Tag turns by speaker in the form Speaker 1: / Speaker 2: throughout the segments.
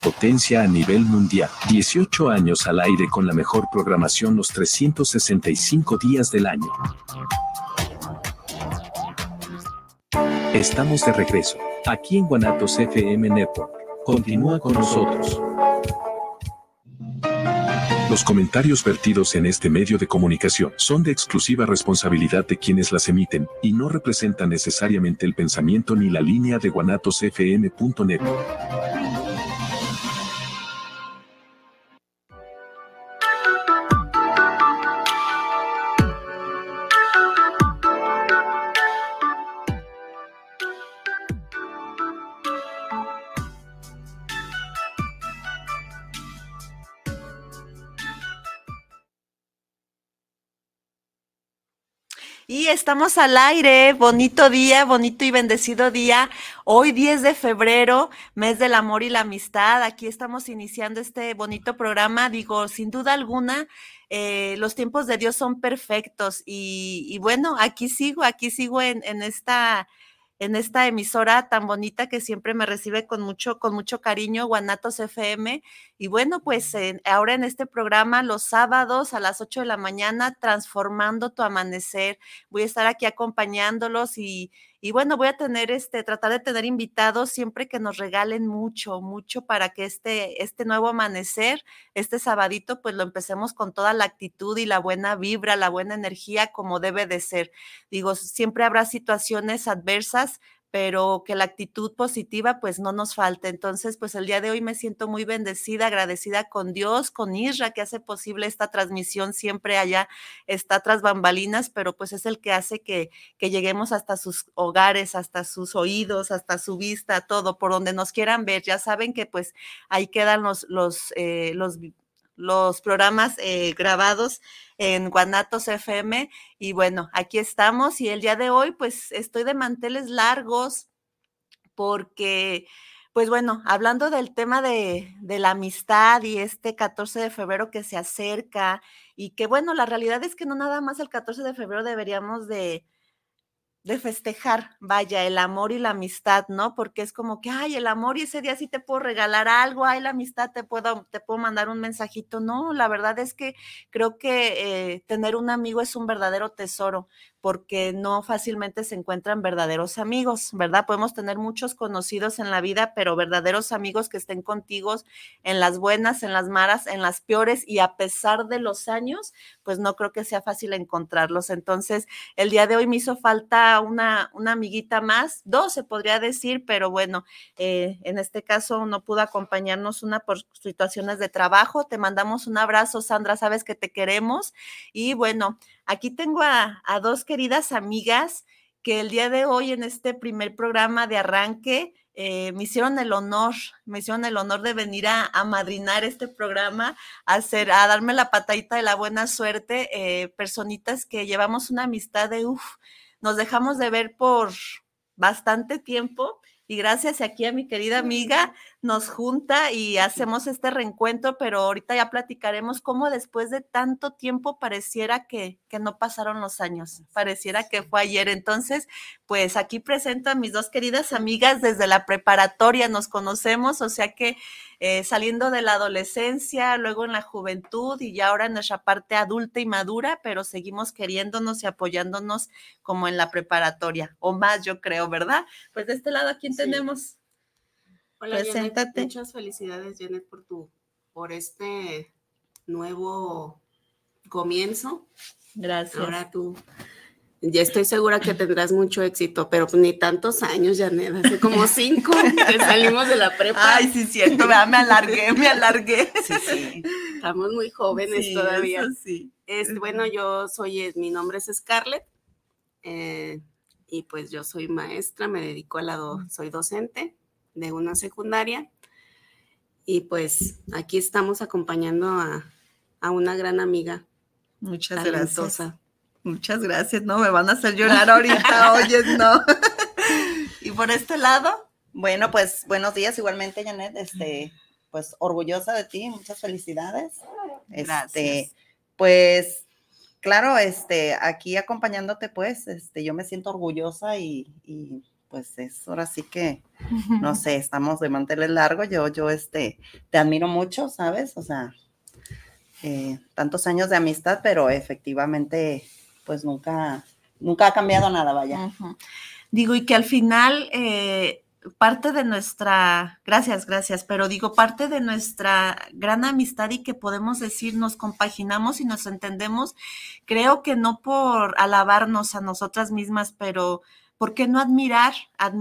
Speaker 1: Potencia a nivel mundial. 18 años al aire con la mejor programación los 365 días del año. Estamos de regreso, aquí en Guanatos FM Network. Continúa con nosotros. Los comentarios vertidos en este medio de comunicación son de exclusiva responsabilidad de quienes las emiten y no representan necesariamente el pensamiento ni la línea de guanatosfm.net.
Speaker 2: Y estamos al aire, bonito día, bonito y bendecido día. Hoy 10 de febrero, mes del amor y la amistad. Aquí estamos iniciando este bonito programa. Digo, sin duda alguna, los tiempos de Dios son perfectos. Y bueno, aquí sigo en esta emisora tan bonita que siempre me recibe con mucho cariño, Guanatos FM. Y bueno, pues ahora en este programa, los sábados a las 8 de la mañana, transformando tu amanecer. Voy a estar aquí acompañándolos y bueno, voy a tener tratar de tener invitados siempre que nos regalen mucho para que este nuevo amanecer, este sabadito, pues lo empecemos con toda la actitud y la buena vibra, la buena energía como debe de ser. Digo, siempre habrá situaciones adversas, pero que la actitud positiva pues no nos falte. Entonces, pues el día de hoy me siento muy bendecida, agradecida con Dios, con Isra, que hace posible esta transmisión, siempre allá está tras bambalinas, pero pues es el que hace que lleguemos hasta sus hogares, hasta sus oídos, hasta su vista, todo, por donde nos quieran ver. Ya saben que pues ahí quedan los programas grabados en Guanatos FM. Y bueno, aquí estamos y el día de hoy pues estoy de manteles largos porque, pues bueno, hablando del tema de la amistad y este 14 de febrero que se acerca y que bueno, la realidad es que no nada más el 14 de febrero deberíamos de festejar, vaya, el amor y la amistad, ¿no? Porque es como que, ay, el amor y ese día sí te puedo regalar algo, ay, la amistad te puedo mandar un mensajito. No, la verdad es que creo que tener un amigo es un verdadero tesoro, porque no fácilmente se encuentran verdaderos amigos, ¿verdad? Podemos tener muchos conocidos en la vida, pero verdaderos amigos que estén contigo en las buenas, en las malas, en las peores, y a pesar de los años, pues no creo que sea fácil encontrarlos. Entonces, el día de hoy me hizo falta una amiguita más, dos se podría decir, pero bueno, en este caso no pudo acompañarnos una por situaciones de trabajo. Te mandamos un abrazo, Sandra, sabes que te queremos. Y bueno, aquí tengo a dos queridas amigas que el día de hoy en este primer programa de arranque me hicieron el honor de venir a madrinar este programa, a darme la patadita de la buena suerte, personitas que llevamos una amistad de nos dejamos de ver por bastante tiempo y gracias aquí a mi querida amiga nos junta y hacemos este reencuentro, pero ahorita ya platicaremos cómo después de tanto tiempo pareciera que no pasaron los años, pareciera que fue ayer. Entonces, pues aquí presento a mis dos queridas amigas desde la preparatoria, nos conocemos, o sea que saliendo de la adolescencia, luego en la juventud y ya ahora en nuestra parte adulta y madura, pero seguimos queriéndonos y apoyándonos como en la preparatoria, o más yo creo, ¿verdad? Pues de este lado, ¿a quién tenemos?
Speaker 3: Hola,
Speaker 2: Preséntate.
Speaker 3: Janet, muchas felicidades, Janet, por este nuevo comienzo.
Speaker 2: Gracias.
Speaker 3: Ahora tú, ya estoy segura que tendrás mucho éxito, pero ni tantos años, Janet, hace como 5 que salimos de la prepa.
Speaker 2: Ay, sí, cierto, ¿verdad? Me alargué.
Speaker 3: Sí, estamos muy jóvenes
Speaker 2: sí,
Speaker 3: todavía.
Speaker 2: Eso sí.
Speaker 3: Bueno, mi nombre es Scarlett, y pues yo soy maestra, me dedico soy docente de una secundaria, y pues aquí estamos acompañando a una gran amiga.
Speaker 2: Muchas
Speaker 3: talentosa.
Speaker 2: Gracias. Muchas gracias, no, me van a hacer llorar ahorita, oyes, no. ¿Y por este lado?
Speaker 4: Bueno, pues buenos días igualmente, Janet, pues orgullosa de ti, muchas felicidades.
Speaker 2: Gracias.
Speaker 4: Pues claro, aquí acompañándote, pues, yo me siento orgullosa y pues es ahora sí que, no sé, estamos de manteles largos. Yo te admiro mucho, ¿sabes? O sea, tantos años de amistad, pero efectivamente, pues nunca ha cambiado nada, vaya.
Speaker 2: Uh-huh. Digo, y que al final parte de nuestra, gracias, pero digo, parte de nuestra gran amistad y que podemos decir nos compaginamos y nos entendemos, creo que no por alabarnos a nosotras mismas, pero ¿por qué no admirar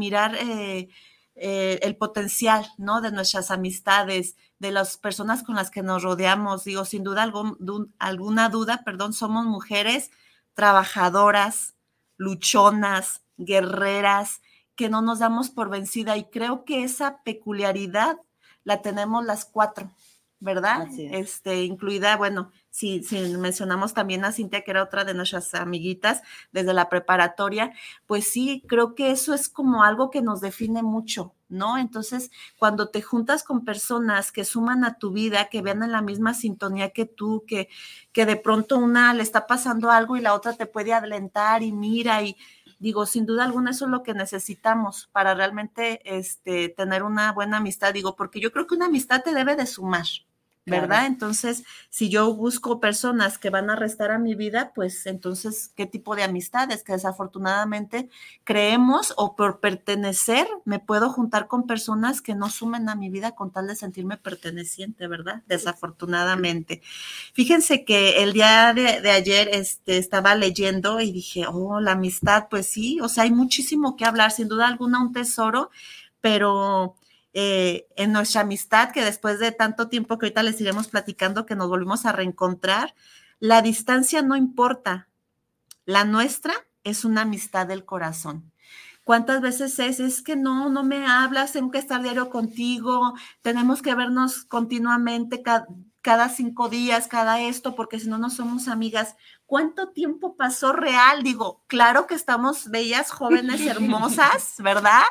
Speaker 2: el potencial, ¿no? De nuestras amistades, de las personas con las que nos rodeamos? Digo, sin duda alguna duda, somos mujeres trabajadoras, luchonas, guerreras, que no nos damos por vencida, y creo que esa peculiaridad la tenemos las cuatro, ¿verdad?
Speaker 4: Así es.
Speaker 2: Incluida, bueno, si mencionamos también a Cintia, que era otra de nuestras amiguitas desde la preparatoria, pues sí, creo que eso es como algo que nos define mucho, ¿no? Entonces, cuando te juntas con personas que suman a tu vida, que vean en la misma sintonía que tú, que de pronto una le está pasando algo y la otra te puede alentar y mira, y digo, sin duda alguna eso es lo que necesitamos para realmente tener una buena amistad, digo, porque yo creo que una amistad te debe de sumar, ¿verdad? Claro. Entonces, si yo busco personas que van a restar a mi vida, pues entonces, ¿qué tipo de amistades? Que desafortunadamente creemos, o por pertenecer me puedo juntar con personas que no sumen a mi vida con tal de sentirme perteneciente, ¿verdad? Desafortunadamente. Fíjense que el día de ayer estaba leyendo y dije, oh, la amistad, pues sí, o sea, hay muchísimo que hablar, sin duda alguna un tesoro, pero en nuestra amistad, que después de tanto tiempo que ahorita les iremos platicando, que nos volvimos a reencontrar, la distancia no importa, la nuestra es una amistad del corazón. ¿Cuántas veces es que no me hablas, tengo que estar diario contigo, tenemos que vernos continuamente cada 5 días, cada esto, porque si no, no somos amigas? ¿Cuánto tiempo pasó real? Digo, claro que estamos bellas, jóvenes, hermosas, ¿verdad?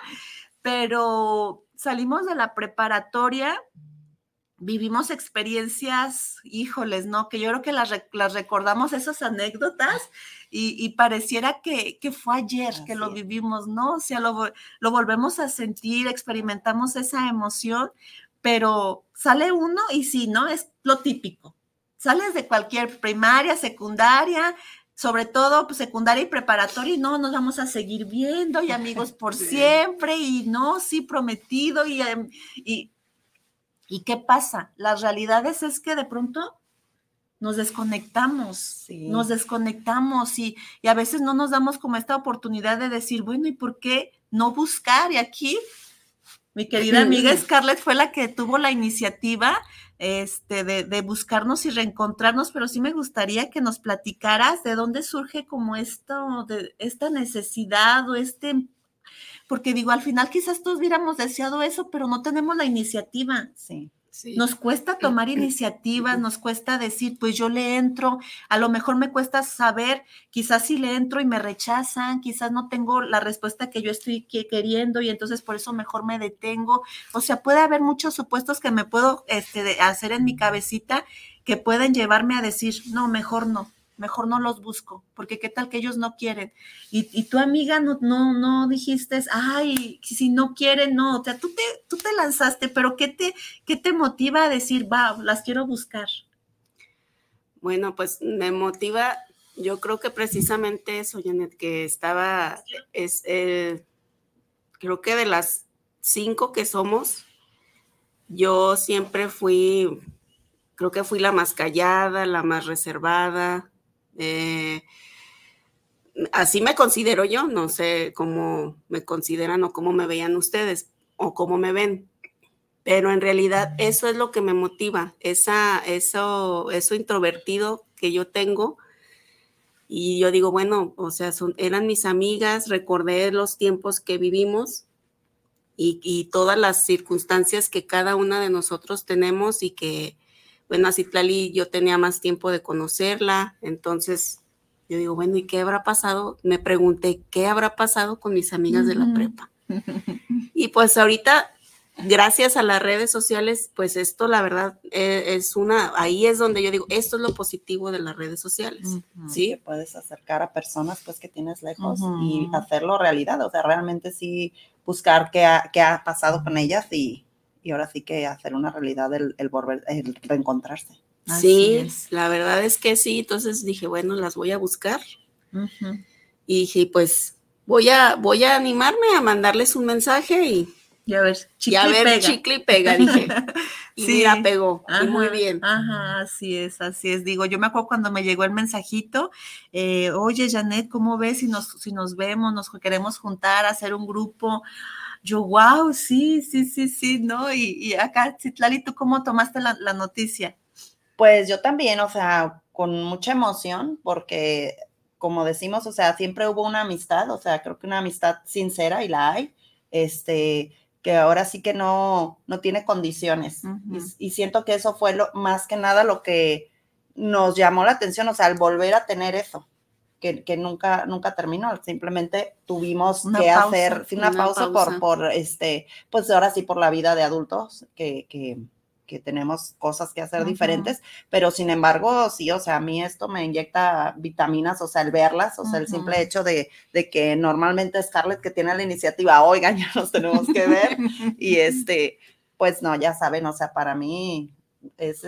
Speaker 2: Pero salimos de la preparatoria, vivimos experiencias, híjoles, ¿no? Que yo creo que las recordamos, esas anécdotas, y pareciera que fue ayer que lo vivimos, ¿no? O sea, lo volvemos a sentir, experimentamos esa emoción, pero sale uno y sí, ¿no? Es lo típico. Sales de cualquier primaria, secundaria, sobre todo pues, secundaria y preparatoria, y no, nos vamos a seguir viendo, y amigos por siempre, y no, sí, prometido, ¿y qué pasa? Las realidades es que de pronto nos desconectamos y a veces no nos damos como esta oportunidad de decir, bueno, ¿y por qué no buscar? Y aquí mi querida amiga Scarlett fue la que tuvo la iniciativa de buscarnos y reencontrarnos, pero sí me gustaría que nos platicaras de dónde surge como esto, de esta necesidad o porque digo, al final quizás todos hubiéramos deseado eso, pero no tenemos la iniciativa.
Speaker 4: Sí.
Speaker 3: Sí.
Speaker 2: Nos cuesta tomar iniciativas, nos cuesta decir, pues yo le entro, a lo mejor me cuesta saber, quizás si le entro y me rechazan, quizás no tengo la respuesta que yo estoy queriendo y entonces por eso mejor me detengo. O sea, puede haber muchos supuestos que me puedo hacer en mi cabecita que pueden llevarme a decir, no, mejor no los busco, porque qué tal que ellos no quieren. Y tu amiga no dijiste, ay, si no quieren, no, o sea, tú te lanzaste, pero ¿qué te motiva a decir, va, las quiero buscar?
Speaker 3: Bueno, pues me motiva, yo creo que precisamente eso, Janet, que creo que de las 5 que somos, yo siempre creo que fui la más callada, la más reservada, así me considero yo, no sé cómo me consideran o cómo me veían ustedes o cómo me ven, pero en realidad eso es lo que me motiva, eso introvertido que yo tengo, y yo digo, bueno, o sea, eran mis amigas, recordé los tiempos que vivimos y todas las circunstancias que cada una de nosotros tenemos y que, bueno, a Citlali yo tenía más tiempo de conocerla, entonces yo digo, bueno, ¿y qué habrá pasado? Me pregunté, ¿qué habrá pasado con mis amigas de la prepa? Y pues ahorita gracias a las redes sociales, pues esto la verdad ahí es donde yo digo, esto es lo positivo de las redes sociales, ¿sí?
Speaker 4: Que puedes acercar a personas pues que tienes lejos y hacerlo realidad, o sea, realmente sí buscar qué ha pasado con ellas y ahora sí que hacer una realidad el reencontrarse.
Speaker 3: Sí, la verdad es que sí, entonces dije, bueno, las voy a buscar y dije, pues voy a animarme a mandarles un mensaje y a ver, chicle y pega, dije. Y sí, mira, pegó. Ajá, y muy bien.
Speaker 2: Ajá, así es. Digo, yo me acuerdo cuando me llegó el mensajito, oye, Janet, ¿cómo ves si nos vemos, nos queremos juntar, hacer un grupo? Yo, wow, sí, ¿no? Y acá, Citlali, ¿tú cómo tomaste la noticia?
Speaker 4: Pues yo también, o sea, con mucha emoción, porque como decimos, o sea, siempre hubo una amistad, o sea, creo que una amistad sincera y la hay, que ahora sí que no tiene condiciones. Y siento que eso fue más que nada lo que nos llamó la atención, o sea, al volver a tener eso, que nunca terminó, simplemente tuvimos que hacer una pausa. Por pues ahora sí por la vida de adultos que tenemos cosas que hacer diferentes, pero sin embargo, sí, o sea, a mí esto me inyecta vitaminas, o sea, el verlas, o sea, el simple hecho de que normalmente Scarlett que tiene la iniciativa, oigan, ya nos tenemos que ver, y pues no, ya saben, o sea, para mí es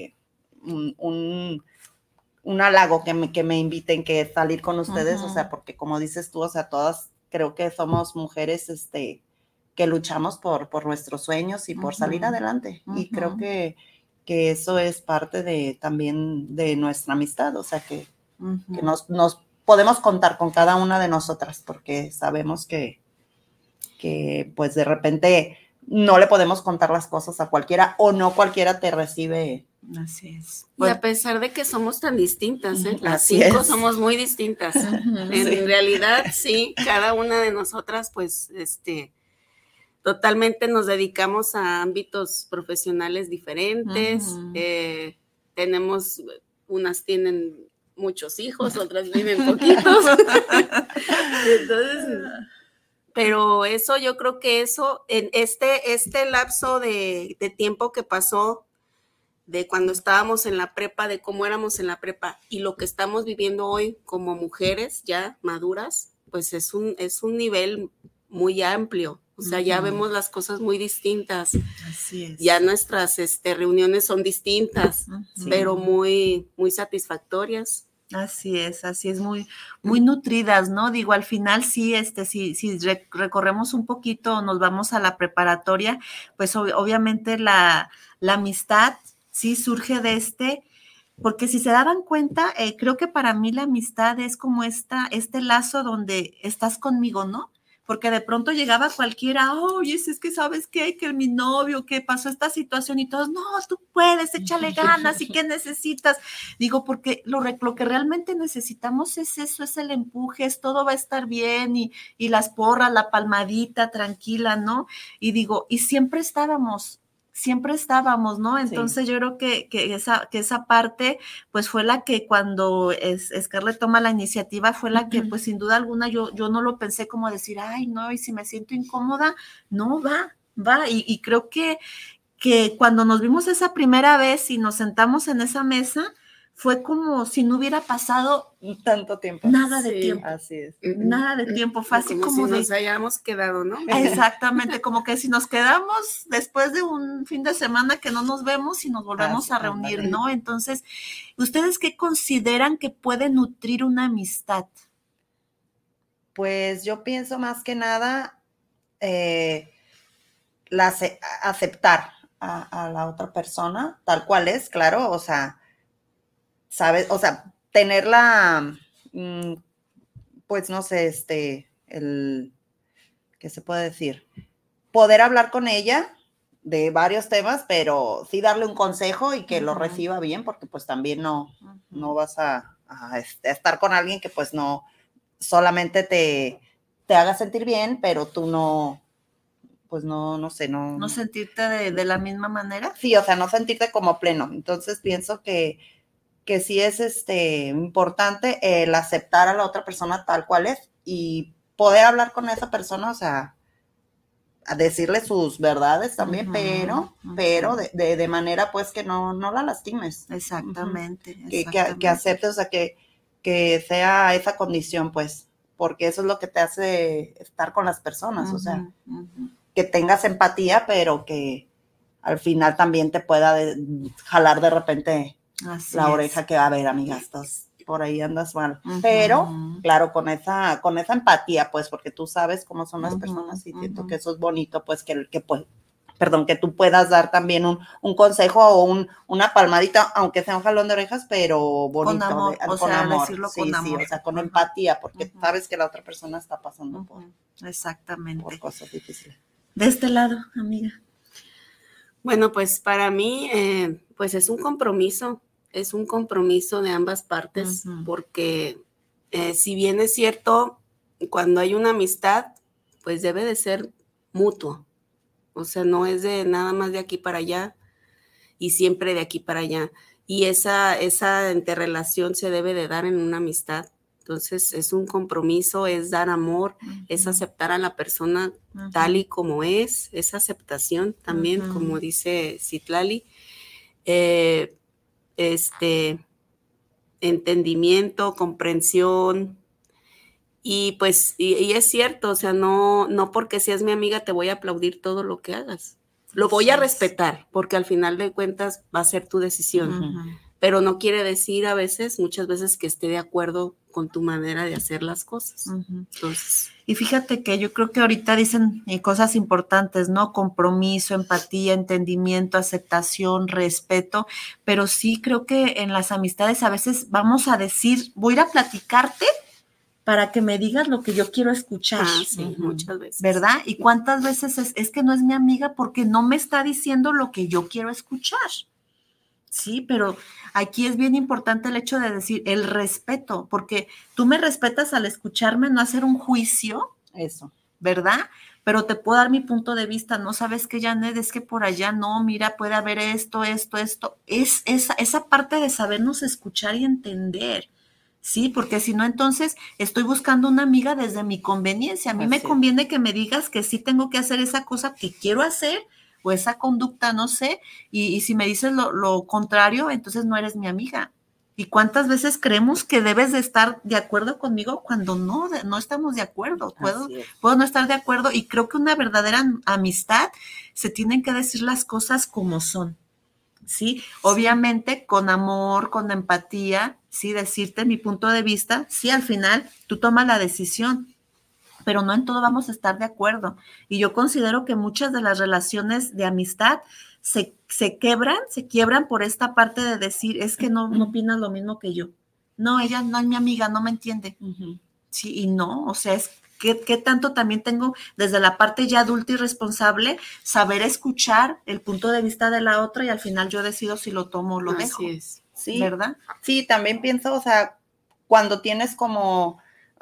Speaker 4: un halago que me inviten, que salir con ustedes, o sea, porque como dices tú, o sea, todas creo que somos mujeres, que luchamos por nuestros sueños y por salir adelante. Y creo que eso es parte también de nuestra amistad, o sea, que nos podemos contar con cada una de nosotras, porque sabemos que pues de repente no le podemos contar las cosas a cualquiera o no cualquiera te recibe.
Speaker 2: Así es.
Speaker 3: Y a pesar de que somos tan distintas, las 5 somos muy distintas. En realidad, sí, cada una de nosotras, pues, totalmente nos dedicamos a ámbitos profesionales diferentes. Unas tienen muchos hijos, otras viven poquitos. Entonces, pero eso, yo creo que eso, en este lapso de tiempo que pasó, de cuando estábamos en la prepa, de cómo éramos en la prepa y lo que estamos viviendo hoy como mujeres ya maduras, pues es un nivel muy amplio. O sea, ya vemos las cosas muy distintas.
Speaker 2: Así es.
Speaker 3: Ya nuestras reuniones son distintas, pero muy, muy satisfactorias.
Speaker 2: Así es, muy nutridas, ¿no? Digo, al final sí, si recorremos un poquito, nos vamos a la preparatoria, pues obviamente la amistad sí surge de porque si se daban cuenta, creo que para mí la amistad es como este lazo donde estás conmigo, ¿no? Porque de pronto llegaba cualquiera, oye, es que sabes qué, que mi novio, que pasó esta situación y todos, no, tú puedes, échale ganas, ¿y qué necesitas? Digo, porque lo que realmente necesitamos es eso, es el empuje, todo va a estar bien y las porras, la palmadita, tranquila, ¿no? Y digo, y siempre estábamos, ¿no? Entonces yo creo que esa parte, pues fue la que cuando Scarlett toma la iniciativa, fue la que, pues sin duda alguna, yo no lo pensé como decir, ay, no, y si me siento incómoda, no, va, y creo que cuando nos vimos esa primera vez y nos sentamos en esa mesa, fue como si no hubiera pasado
Speaker 4: tanto tiempo.
Speaker 2: Nada de tiempo.
Speaker 4: Así es.
Speaker 2: Nada de tiempo. Fue así como
Speaker 3: si nos hayamos quedado, ¿no?
Speaker 2: Exactamente, como que si nos quedamos después de un fin de semana que no nos vemos y nos volvemos a reunir, ¿no? Entonces, ¿ustedes qué consideran que puede nutrir una amistad?
Speaker 4: Pues yo pienso más que nada aceptar a la otra persona tal cual es, claro, o sea, ¿sabes? O sea, tenerla, pues no sé, ¿qué se puede decir? Poder hablar con ella de varios temas, pero sí darle un consejo y que lo reciba bien, porque pues también no vas a estar con alguien que pues no solamente te haga sentir bien, pero tú no, pues no sé, no.
Speaker 2: ¿No sentirte de la misma manera?
Speaker 4: Sí, o sea, no sentirte como pleno. Entonces pienso que sí es importante el aceptar a la otra persona tal cual es y poder hablar con esa persona, o sea, a decirle sus verdades también, pero de manera pues que no la lastimes.
Speaker 2: Exactamente.
Speaker 4: Que aceptes, o sea, que sea esa condición, pues, porque eso es lo que te hace estar con las personas, o sea, que tengas empatía, pero que al final también te pueda jalar de repente la oreja, que a ver, amiga, estás por ahí, andas mal, pero claro, con esa empatía, pues, porque tú sabes cómo son las personas, y siento que eso es bonito, pues, que tú puedas dar también un consejo o una palmadita, aunque sea un jalón de orejas, pero bonito.
Speaker 2: Con amor,
Speaker 4: con amor.
Speaker 2: decirlo con amor.
Speaker 4: Sí, o sea, con empatía, porque sabes que la otra persona está pasando
Speaker 2: Exactamente.
Speaker 4: por cosas difíciles.
Speaker 2: De este lado, amiga.
Speaker 3: Bueno, pues para mí, pues es un compromiso de ambas partes, porque si bien es cierto, cuando hay una amistad, pues debe de ser mutuo. O sea, no es de nada más de aquí para allá y siempre de aquí para allá. Y esa interrelación se debe de dar en una amistad. Entonces, es un compromiso, es dar amor, es aceptar a la persona tal y como es aceptación también, como dice Citlali. Entendimiento, comprensión. Y pues, y es cierto, o sea, no porque seas mi amiga te voy a aplaudir todo lo que hagas. Lo voy a respetar, porque al final de cuentas va a ser tu decisión. Pero no quiere decir muchas veces que esté de acuerdo con tu manera de hacer las cosas. Entonces,
Speaker 2: y fíjate que yo creo que ahorita dicen cosas importantes, ¿no? Compromiso, empatía, entendimiento, aceptación, respeto, pero sí creo que en las amistades a veces vamos a decir, voy a ir a platicarte para que me digas lo que yo quiero escuchar.
Speaker 3: Sí, muchas veces.
Speaker 2: ¿Verdad? ¿Y cuántas veces es que no es mi amiga porque no me está diciendo lo que yo quiero escuchar? Sí, pero aquí es bien importante el hecho de decir el respeto, porque tú me respetas al escucharme, no hacer un juicio.
Speaker 4: Eso.
Speaker 2: ¿Verdad? Pero te puedo dar mi punto de vista, no sabes que Janet, es que por allá no, mira, puede haber esto, es esa parte de sabernos escuchar y entender. Sí, porque si no, entonces estoy buscando una amiga desde mi conveniencia. A mí me conviene que me digas que sí tengo que hacer esa cosa que quiero hacer o esa conducta, no sé, y si me dices lo contrario, entonces no eres mi amiga. ¿Y cuántas veces creemos que debes de estar de acuerdo conmigo cuando no estamos de acuerdo? Puedo no estar de acuerdo, y creo que una verdadera amistad se tienen que decir las cosas como son. ¿Sí? Obviamente con amor, con empatía, sí, decirte mi punto de vista, sí, al final tú tomas la decisión, pero no en todo vamos a estar de acuerdo. Y yo considero que muchas de las relaciones de amistad se quiebran por esta parte de decir, es que no opinas lo mismo que yo. No, ella no es mi amiga, no me entiende. Sí, y no, o sea, es ¿qué tanto también tengo desde la parte ya adulta y responsable saber escuchar el punto de vista de la otra, y al final yo decido si lo tomo o lo dejo?
Speaker 3: Así es.
Speaker 4: Sí,
Speaker 2: ¿verdad?
Speaker 4: Sí, también pienso, o sea, cuando tienes como,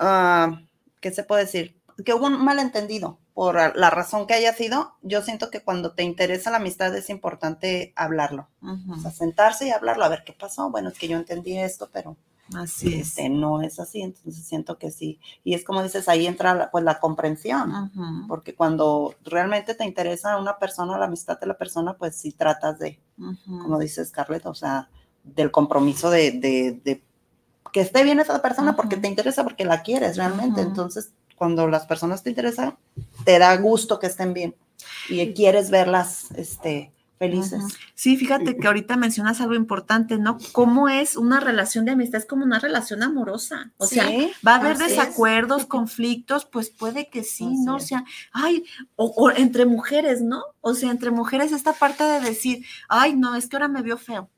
Speaker 4: ¿qué se puede decir? Que hubo un malentendido por la razón que haya sido. Yo siento que cuando te interesa la amistad es importante hablarlo. O sea, sentarse y hablarlo, a ver qué pasó. Bueno, es que yo entendí esto, pero
Speaker 2: así es.
Speaker 4: No es así, entonces siento que sí. Y es como dices, ahí entra pues la comprensión, porque cuando realmente te interesa una persona, la amistad de la persona, pues sí tratas de, como dice Scarlett, o sea, del compromiso de que esté bien esa persona porque te interesa, porque la quieres realmente. Entonces, cuando las personas te interesan, te da gusto que estén bien y quieres verlas, felices.
Speaker 2: Sí, fíjate que ahorita mencionas algo importante, ¿no? ¿Cómo es una relación de amistad? Es como una relación amorosa. O sea, va a haber desacuerdos, conflictos, pues puede que sí, ¿no? O sea, ay, o entre mujeres, ¿no? O sea, entre mujeres esta parte de decir, ay, no, es que ahora me vio feo.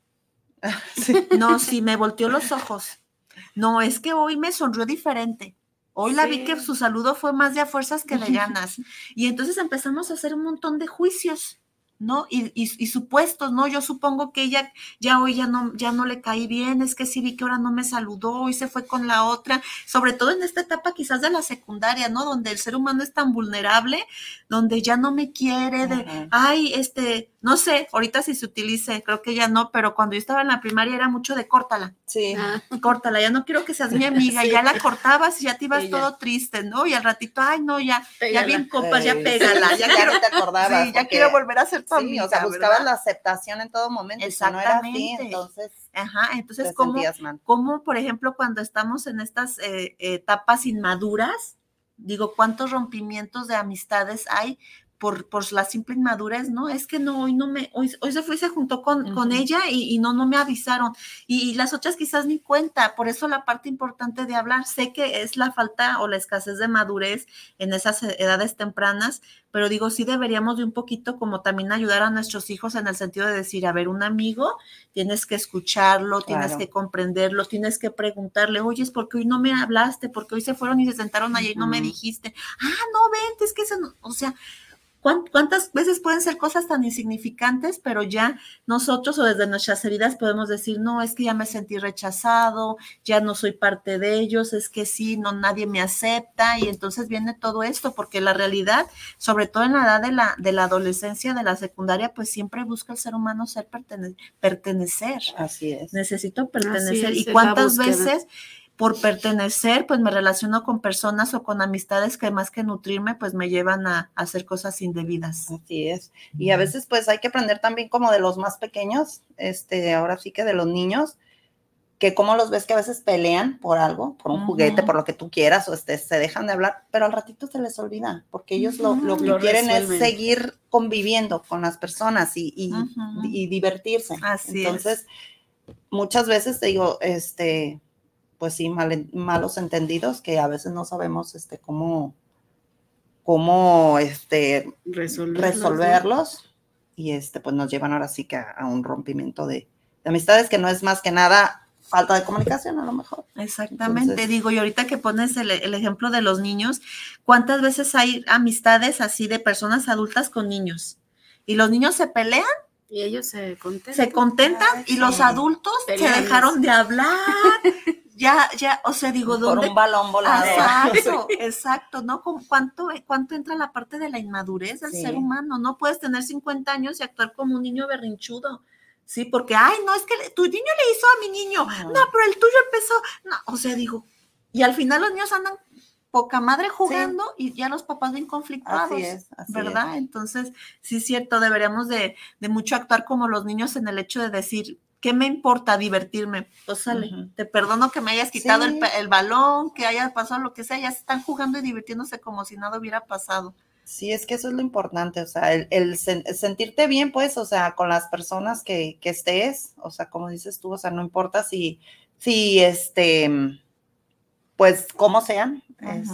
Speaker 2: No, sí, me volteó los ojos. No, es que hoy me sonrió diferente. Hoy la vi que su saludo fue más de a fuerzas que de ganas. Y entonces empezamos a hacer un montón de juicios, ¿no? Y supuestos, ¿no? Yo supongo que ella hoy ya no le caí bien, es que sí vi que ahora no me saludó, hoy se fue con la otra, sobre todo en esta etapa quizás de la secundaria, ¿no? Donde el ser humano es tan vulnerable, donde ya no me quiere, ay, No sé, ahorita si se utilice, creo que ya no, pero cuando yo estaba en la primaria era mucho de córtala.
Speaker 4: Sí.
Speaker 2: Córtala, ya no quiero que seas mi amiga,
Speaker 3: Sí.
Speaker 2: ya la cortabas y ya te ibas
Speaker 3: Sí,
Speaker 2: todo triste, ¿no? Y al ratito, ay, no, ya
Speaker 3: Pégala.
Speaker 2: bien copas, ya
Speaker 4: Sí,
Speaker 2: pégala, ya
Speaker 4: ya
Speaker 2: quiero,
Speaker 4: no te acordabas.
Speaker 2: sí, ya
Speaker 4: porque-
Speaker 2: quiero volver a ser tu
Speaker 4: Sí,
Speaker 2: amiga,
Speaker 4: o sea, buscabas
Speaker 2: ¿verdad?
Speaker 4: la aceptación en todo momento. Y si no era así,
Speaker 2: Exactamente.
Speaker 4: entonces
Speaker 2: Ajá, entonces,
Speaker 4: te sentías mal.
Speaker 2: ¿cómo, por ejemplo, cuando estamos en estas etapas inmaduras, digo, cuántos rompimientos de amistades hay por la simple inmadurez, ¿no? Es que no, hoy se fue y se juntó con ella y no me avisaron. Y las otras quizás ni cuenta, por eso la parte importante de hablar, sé que es la falta o la escasez de madurez en esas edades tempranas, pero digo, sí deberíamos de un poquito como también ayudar a nuestros hijos en el sentido de decir, a ver, un amigo, tienes que escucharlo, tienes
Speaker 4: Claro.
Speaker 2: que comprenderlo, tienes que preguntarle, oye, ¿por qué hoy no me hablaste? ¿Por qué hoy se fueron y se sentaron allá y no me dijiste? Ah, no, vente, es que eso no, o sea, ¿cuántas veces pueden ser cosas tan insignificantes, pero ya nosotros o desde nuestras heridas podemos decir, no, es que ya me sentí rechazado, ya no soy parte de ellos, es que sí, no, nadie me acepta, y entonces viene todo esto, porque la realidad, sobre todo en la edad de la adolescencia, de la secundaria, pues siempre busca el ser humano ser pertenecer.
Speaker 4: Así es.
Speaker 2: Necesito pertenecer.
Speaker 3: Así es,
Speaker 2: ¿Y
Speaker 3: es la
Speaker 2: cuántas
Speaker 3: búsqueda.
Speaker 2: veces por pertenecer, pues me relaciono con personas o con amistades que más que nutrirme, pues me llevan a hacer cosas indebidas?
Speaker 4: Así es. Y a veces pues hay que aprender también como de los más pequeños, ahora sí que de los niños, que como los ves que a veces pelean por algo, por un juguete, por lo que tú quieras, o se dejan de hablar, pero al ratito se les olvida, porque ellos lo que
Speaker 3: Lo
Speaker 4: quieren
Speaker 3: resuelven.
Speaker 4: es seguir conviviendo con las personas y divertirse.
Speaker 2: Así
Speaker 4: Entonces, muchas veces te digo, pues sí, malos entendidos que a veces no sabemos cómo resolverlos, ¿no? Y pues nos llevan ahora sí que a un rompimiento de amistades que no es más que nada falta de comunicación a lo mejor.
Speaker 2: Exactamente.
Speaker 4: Entonces,
Speaker 2: digo, y ahorita que pones el ejemplo de los niños, ¿cuántas veces hay amistades así de personas adultas con niños? Y los niños se pelean,
Speaker 3: Y ellos se contentan.
Speaker 2: y
Speaker 4: sí.
Speaker 2: los adultos
Speaker 3: Peleando.
Speaker 2: se dejaron de hablar. Ya, o sea, digo,
Speaker 4: por
Speaker 2: ¿dónde?
Speaker 4: un balón volado.
Speaker 2: Exacto, ¿no? ¿Cuánto entra la parte de la inmadurez del ser humano? No puedes tener 50 años y actuar como un niño berrinchudo, ¿sí? Porque, ay, no, es que tu niño le hizo a mi niño, no, pero el tuyo empezó, no, o sea, digo, y al final los niños andan poca madre jugando y ya los papás bien conflictuados,
Speaker 4: así
Speaker 2: ¿verdad?
Speaker 4: es.
Speaker 2: Entonces, sí es cierto, deberíamos de mucho actuar como los niños en el hecho de decir, ¿qué me importa divertirme? Pues sale, te perdono que me hayas quitado el balón, que haya pasado lo que sea, ya se están jugando y divirtiéndose como si nada hubiera pasado.
Speaker 4: Sí, es que eso es lo importante, o sea, el sentirte bien, pues, o sea, con las personas que estés, o sea, como dices tú, o sea, no importa si pues, cómo sean,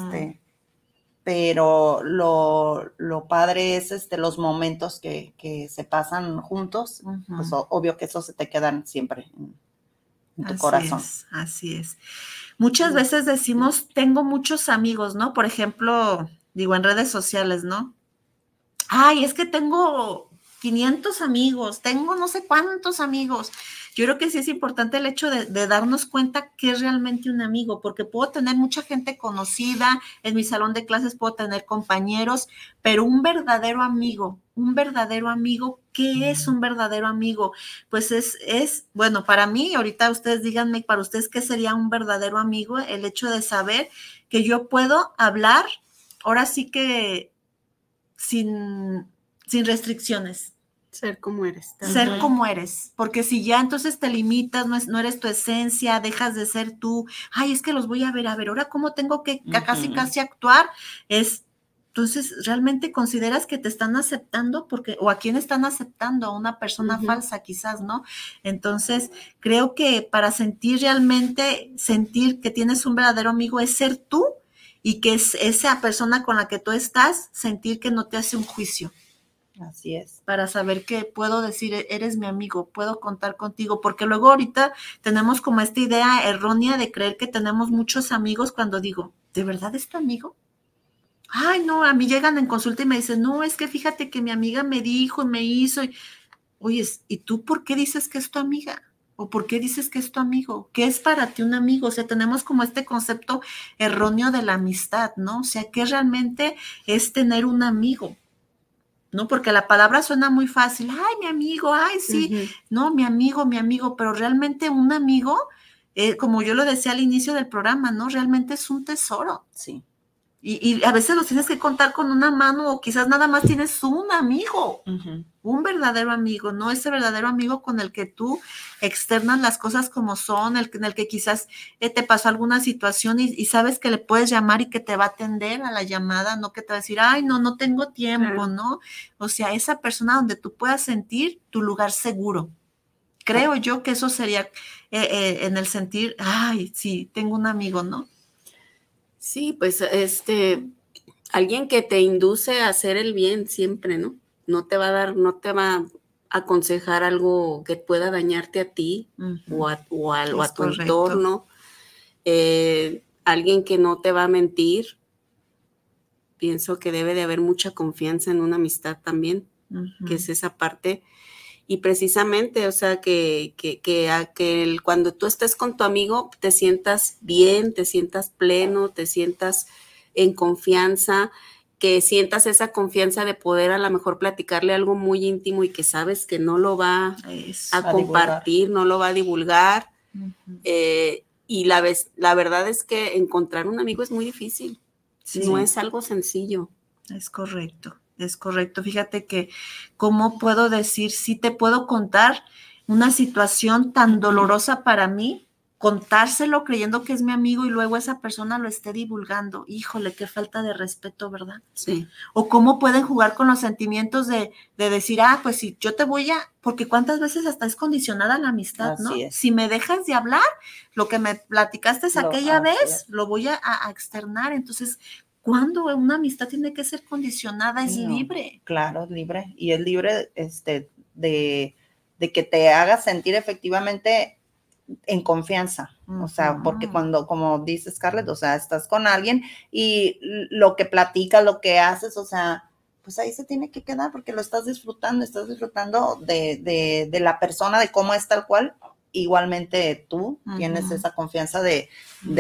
Speaker 4: pero lo padre es los momentos que se pasan juntos, pues obvio que eso se te quedan siempre en tu corazón.
Speaker 2: Así es. Muchas veces decimos, tengo muchos amigos, ¿no? Por ejemplo, digo, en redes sociales, ¿no? Ay, es que tengo 500 amigos, tengo no sé cuántos amigos. Yo creo que sí es importante el hecho de darnos cuenta qué es realmente un amigo, porque puedo tener mucha gente conocida, en mi salón de clases puedo tener compañeros, pero un verdadero amigo, ¿qué es un verdadero amigo? Pues bueno, para mí, ahorita ustedes díganme, para ustedes, ¿qué sería un verdadero amigo? El hecho de saber que yo puedo hablar, ahora sí que sin restricciones.
Speaker 3: Ser como eres.
Speaker 2: Ser como eres, porque si ya entonces te limitas, no eres tu esencia, dejas de ser tú, ay, es que los voy a ver, ahora cómo tengo que casi actuar, entonces realmente consideras que te están aceptando, o a quién están aceptando, a una persona falsa quizás, ¿no? Entonces creo que para sentir que tienes un verdadero amigo es ser tú, y que es esa persona con la que tú estás, sentir que no te hace un juicio.
Speaker 4: Así es.
Speaker 2: Para saber que puedo decir, eres mi amigo, puedo contar contigo, porque luego ahorita tenemos como esta idea errónea de creer que tenemos muchos amigos cuando digo, ¿de verdad es tu amigo? Ay, no, a mí llegan en consulta y me dicen, no, es que fíjate que mi amiga me dijo y me hizo. Oye, ¿y tú por qué dices que es tu amiga? ¿O por qué dices que es tu amigo? ¿Qué es para ti un amigo? O sea, tenemos como este concepto erróneo de la amistad, ¿no? O sea, ¿qué realmente es tener un amigo? ¿no? Porque la palabra suena muy fácil. Ay, mi amigo, ay, sí.
Speaker 3: Ujú.
Speaker 2: No, mi amigo, pero realmente un amigo, como yo lo decía al inicio del programa, ¿no? Realmente es un tesoro.
Speaker 4: Sí.
Speaker 2: Y a veces los tienes que contar con una mano o quizás nada más tienes un amigo, un verdadero amigo, ¿no? Ese verdadero amigo con el que tú externas las cosas como son, en el que quizás te pasó alguna situación y sabes que le puedes llamar y que te va a atender a la llamada, no que te va a decir, ay, no tengo tiempo,
Speaker 3: Claro.
Speaker 2: ¿no? O sea, esa persona donde tú puedas sentir tu lugar seguro. Creo yo que eso sería en el sentir, ay, sí, tengo un amigo, ¿no?
Speaker 3: Sí, pues alguien que te induce a hacer el bien siempre, ¿no? No te va a aconsejar algo que pueda dañarte a ti o a
Speaker 2: Es
Speaker 3: tu
Speaker 2: correcto.
Speaker 3: entorno. Alguien que no te va a mentir. Pienso que debe de haber mucha confianza en una amistad también, que es esa parte. Y precisamente, o sea, cuando tú estés con tu amigo te sientas bien, te sientas pleno, te sientas en confianza, que sientas esa confianza de poder a lo mejor platicarle algo muy íntimo y que sabes que no lo va a compartir, no lo va a divulgar. Y la verdad es que encontrar un amigo es muy difícil. Sí. No es algo sencillo.
Speaker 2: Es correcto. Fíjate que, ¿cómo puedo decir? Sí te puedo contar una situación tan dolorosa para mí, contárselo creyendo que es mi amigo y luego esa persona lo esté divulgando. Híjole, qué falta de respeto, ¿verdad?
Speaker 3: Sí.
Speaker 2: O cómo pueden jugar con los sentimientos de decir, pues si yo te voy a, porque cuántas veces hasta es condicionada la amistad,
Speaker 4: Así
Speaker 2: ¿no?
Speaker 4: es.
Speaker 2: Si me dejas de hablar, lo que me platicaste aquella vez, lo voy a externar. Entonces, ¿cuándo una amistad tiene que ser condicionada? Es libre.
Speaker 4: Claro, es libre. Y es libre de que te hagas sentir efectivamente en confianza. O sea, porque cuando, como dice Scarlett, o sea, estás con alguien y lo que platicas, lo que haces, o sea, pues ahí se tiene que quedar porque lo estás disfrutando de la persona, de cómo es tal cual. Igualmente tú tienes esa confianza de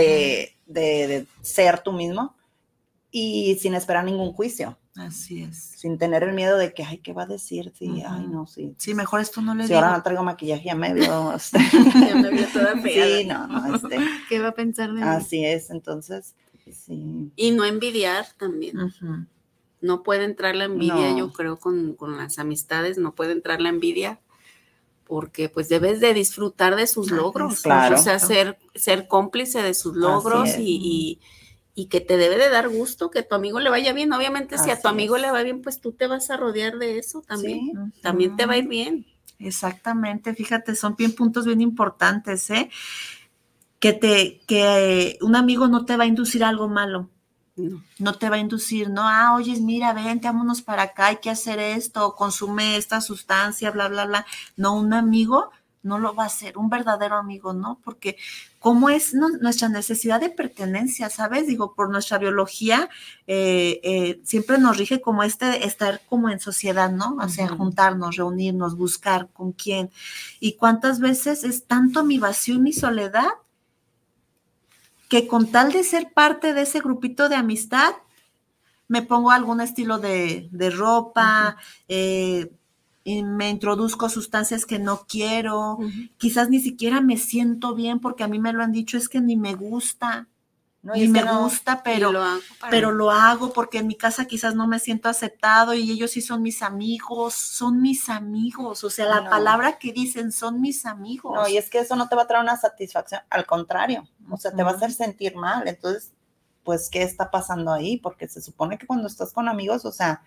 Speaker 4: ser tú mismo y sin esperar ningún juicio.
Speaker 2: Así es.
Speaker 4: Sin tener el miedo de que, ay, ¿qué va a decir? Sí, ay, no, sí.
Speaker 2: Sí, mejor esto no le
Speaker 4: si
Speaker 2: digo.
Speaker 4: ahora no traigo maquillaje, ya me vio.
Speaker 3: Ya me vio toda fea.
Speaker 4: Sí, no.
Speaker 3: ¿Qué va a pensar de mí?
Speaker 4: Así es, entonces, sí.
Speaker 3: Y no envidiar también. No puede entrar la envidia, yo creo, con las amistades, no puede entrar la envidia, porque pues debes de disfrutar de sus logros.
Speaker 4: Claro.
Speaker 3: O sea, ser cómplice de sus logros y que te debe de dar gusto que a tu amigo le vaya bien. Obviamente, si a tu amigo le va bien, pues tú te vas a rodear de eso también. Sí. También te va a ir bien.
Speaker 2: Exactamente, fíjate, son puntos bien importantes, ¿eh? Que un amigo no te va a inducir a algo malo. No te va a inducir, ¿no? Oye, mira, vente, vámonos para acá, hay que hacer esto, consume esta sustancia, bla, bla, bla. No, un amigo no lo va a hacer, un verdadero amigo, ¿no? Porque cómo es nuestra necesidad de pertenencia, ¿sabes? Digo, por nuestra biología siempre nos rige como estar como en sociedad, ¿no? O sea, juntarnos, reunirnos, buscar con quién. Y cuántas veces es tanto mi vacío y mi soledad que con tal de ser parte de ese grupito de amistad, me pongo algún estilo de ropa, y me introduzco sustancias que no quiero, quizás ni siquiera me siento bien porque a mí me lo han dicho, es que ni me gusta, gusta, pero lo hago porque en mi casa quizás no me siento aceptado y ellos sí son mis amigos, o sea, la palabra que dicen son mis amigos.
Speaker 4: No, y es que eso no te va a traer una satisfacción, al contrario, o sea, te va a hacer sentir mal, entonces, pues, ¿qué está pasando ahí? Porque se supone que cuando estás con amigos, o sea,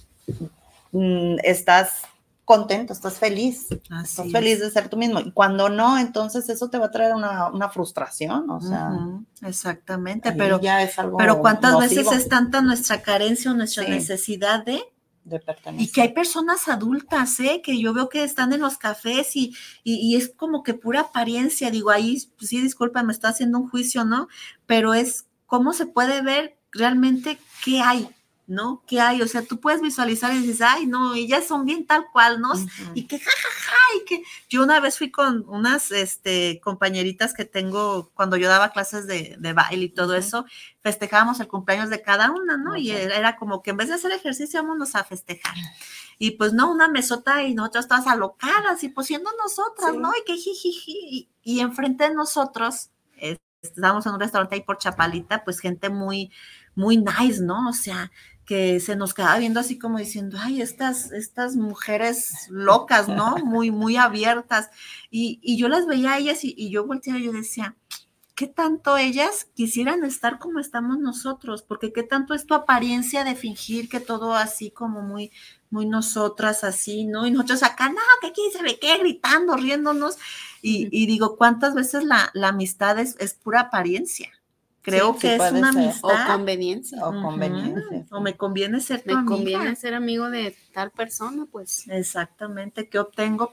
Speaker 4: estás contento, estás feliz, feliz de ser tú mismo. Y cuando no, entonces eso te va a traer una frustración, o sea.
Speaker 2: Exactamente, pero ¿cuántas
Speaker 4: nocivo.
Speaker 2: veces es tanta nuestra carencia o nuestra necesidad de pertenecer? Y que hay personas adultas, que yo veo que están en los cafés y es como que pura apariencia, digo, ahí, pues sí, disculpa, me está haciendo un juicio, ¿no? Pero es cómo se puede ver realmente qué hay, ¿no? ¿Qué hay? O sea, tú puedes visualizar y dices, ay, no, ellas son bien tal cual, ¿no? Y que jajaja, y que yo una vez fui con unas compañeritas que tengo cuando yo daba clases de baile y todo eso, festejábamos el cumpleaños de cada una, ¿no? Y era como que en vez de hacer ejercicio, vámonos a festejar. Y pues no, una mesota y nosotras todas alocadas y pues siendo nosotras, ¿no? Y que jijiji, y enfrente de nosotros, estábamos en un restaurante ahí por Chapalita, pues gente muy, muy nice, ¿no? O sea, que se nos quedaba viendo así como diciendo, ay, estas mujeres locas, ¿no? Muy, muy abiertas. Y yo las veía a ellas y yo volteaba y yo decía, ¿qué tanto ellas quisieran estar como estamos nosotros? Porque qué tanto es tu apariencia de fingir que todo así como muy, muy nosotras así, ¿no? Y nosotros acá, no, que aquí se ve qué, gritando, riéndonos. Y digo, ¿cuántas veces la amistad es pura apariencia? Creo que es una amistad.
Speaker 3: O conveniencia.
Speaker 4: O conveniencia.
Speaker 2: O me conviene ser tu
Speaker 3: Me
Speaker 2: amiga.
Speaker 3: conviene ser amigo de tal persona, pues.
Speaker 2: Exactamente, ¿qué obtengo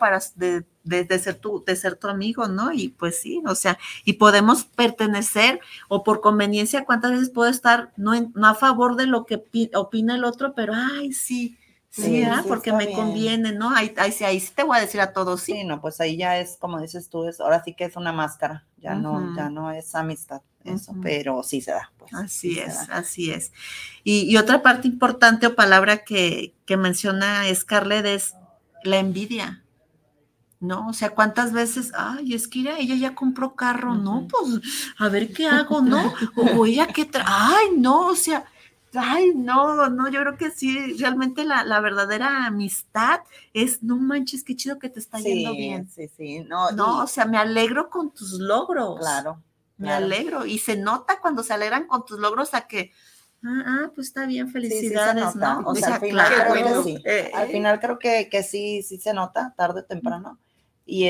Speaker 2: de ser tu amigo, no? Y pues sí, o sea, y podemos pertenecer, o por conveniencia, ¿cuántas veces puedo estar no a favor de lo que opina el otro, pero ay, sí, porque me conviene, ¿no? Ahí sí te voy a decir a todos, sí.
Speaker 4: Sí, no, pues ahí ya es, como dices tú, ahora sí que es una máscara, ya no es amistad, eso, pero sí se da. Pues,
Speaker 2: así es. Y otra parte importante o palabra que menciona Scarlett es la envidia, ¿no? O sea, ¿cuántas veces, ay, es que ella ya compró carro, ¿no? Pues, a ver qué hago, ¿no? O ella qué ay, no, o sea, ay, no, yo creo que sí, realmente la verdadera amistad es, no manches, qué chido que te está yendo bien.
Speaker 4: Sí,
Speaker 2: no, o sea, me alegro con tus logros.
Speaker 4: Claro.
Speaker 2: Me alegro, y se nota cuando se alegran con tus logros a que, pues está bien, felicidades,
Speaker 4: sí se nota,
Speaker 2: ¿no?
Speaker 4: O sea, al final creo que sí. Al final creo que sí se nota, tarde o temprano. Y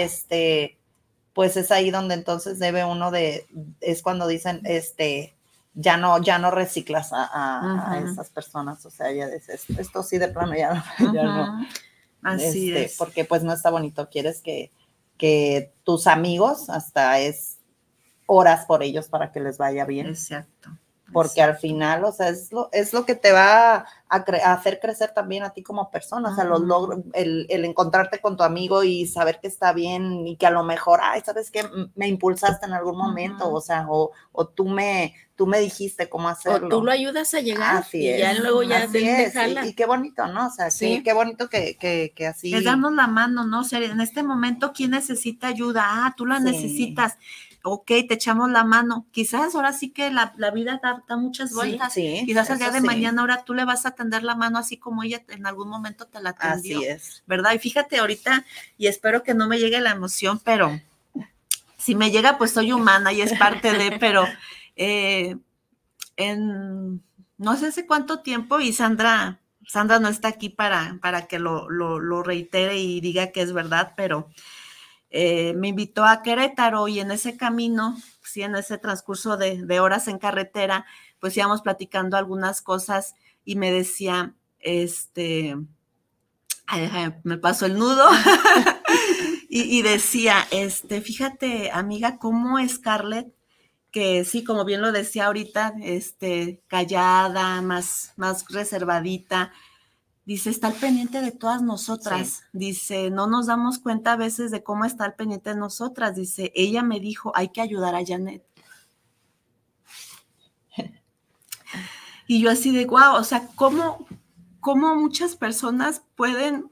Speaker 4: pues es ahí donde entonces debe uno es cuando dicen, ya no reciclas a esas personas, o sea, ya dices, esto sí de plano ya no.
Speaker 2: Así es.
Speaker 4: Porque pues no está bonito, quieres que tus amigos hasta es horas por ellos para que les vaya bien.
Speaker 2: Exacto.
Speaker 4: Porque al final, o sea, es lo que te va a hacer crecer también a ti como persona, o sea, los logros, el encontrarte con tu amigo y saber que está bien y que a lo mejor, ay, ¿sabes qué? Me impulsaste en algún momento, o sea, o tú me dijiste cómo hacerlo.
Speaker 3: O tú lo ayudas a llegar.
Speaker 4: Así
Speaker 3: y
Speaker 4: es.
Speaker 3: ya luego ya
Speaker 4: te jala. Y qué bonito, ¿no? O sea, qué bonito que así.
Speaker 2: Es darnos la mano, ¿no? O sea, en este momento, ¿quién necesita ayuda? Tú la necesitas. Ok, te echamos la mano. Quizás ahora sí que la vida da muchas vueltas. Quizás el día de mañana ahora tú le vas a tender la mano así como ella en algún momento te la tendió.
Speaker 4: Así es.
Speaker 2: ¿Verdad? Y fíjate ahorita, y espero que no me llegue la emoción, pero si me llega, pues soy humana y es parte de, pero no sé hace cuánto tiempo, y Sandra no está aquí para que lo reitere y diga que es verdad, pero me invitó a Querétaro y en ese camino, sí, en ese transcurso de horas en carretera, pues íbamos platicando algunas cosas y me decía, me pasó el nudo y decía, fíjate, amiga, cómo Scarlett, que sí, como bien lo decía ahorita, callada, más reservadita, dice, está al pendiente de todas nosotras. Sí. Dice, no nos damos cuenta a veces de cómo está al pendiente de nosotras. Dice, ella me dijo, hay que ayudar a Janet. Y yo así de, wow, o sea, ¿cómo muchas personas pueden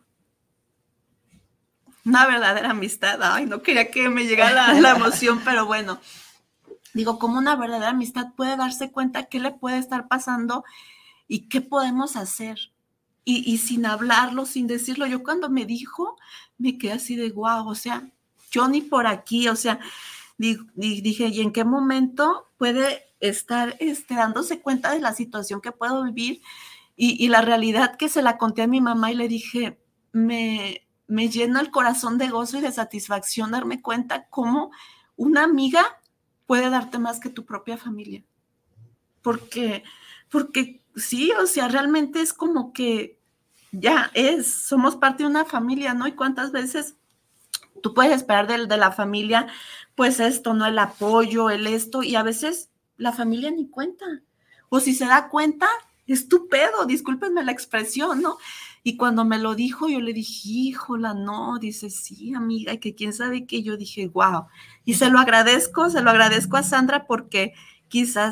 Speaker 2: una verdadera amistad? Ay, no quería que me llegara la emoción, pero bueno. Digo, ¿cómo una verdadera amistad puede darse cuenta qué le puede estar pasando y qué podemos hacer? Y sin hablarlo, sin decirlo, yo cuando me dijo, me quedé así de guau, o sea, yo ni por aquí, o sea, dije, ¿y en qué momento puede estar dándose cuenta de la situación que puedo vivir? Y la realidad que se la conté a mi mamá y le dije, me llena el corazón de gozo y de satisfacción darme cuenta cómo una amiga puede darte más que tu propia familia. Porque sí, o sea, realmente es como que somos parte de una familia, ¿no? Y cuántas veces tú puedes esperar de la familia, pues esto, ¿no? El apoyo, el esto, y a veces la familia ni cuenta. O si se da cuenta, es tu pedo, discúlpenme la expresión, ¿no? Y cuando me lo dijo, yo le dije, híjola, no, dice, sí, amiga, y que quién sabe qué, yo dije, wow, y se lo agradezco a Sandra porque quizás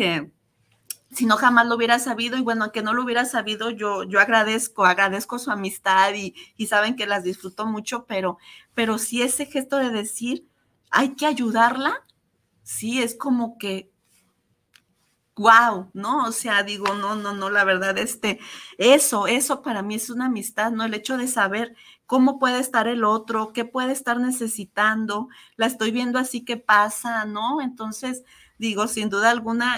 Speaker 2: si no jamás lo hubiera sabido, y bueno, aunque no lo hubiera sabido, yo agradezco su amistad y saben que las disfruto mucho, pero sí ese gesto de decir, hay que ayudarla, sí, es como que, wow, ¿no? O sea, digo, no, la verdad, eso para mí es una amistad, ¿no? El hecho de saber cómo puede estar el otro, qué puede estar necesitando, la estoy viendo así que pasa, ¿no? Entonces, digo, sin duda alguna,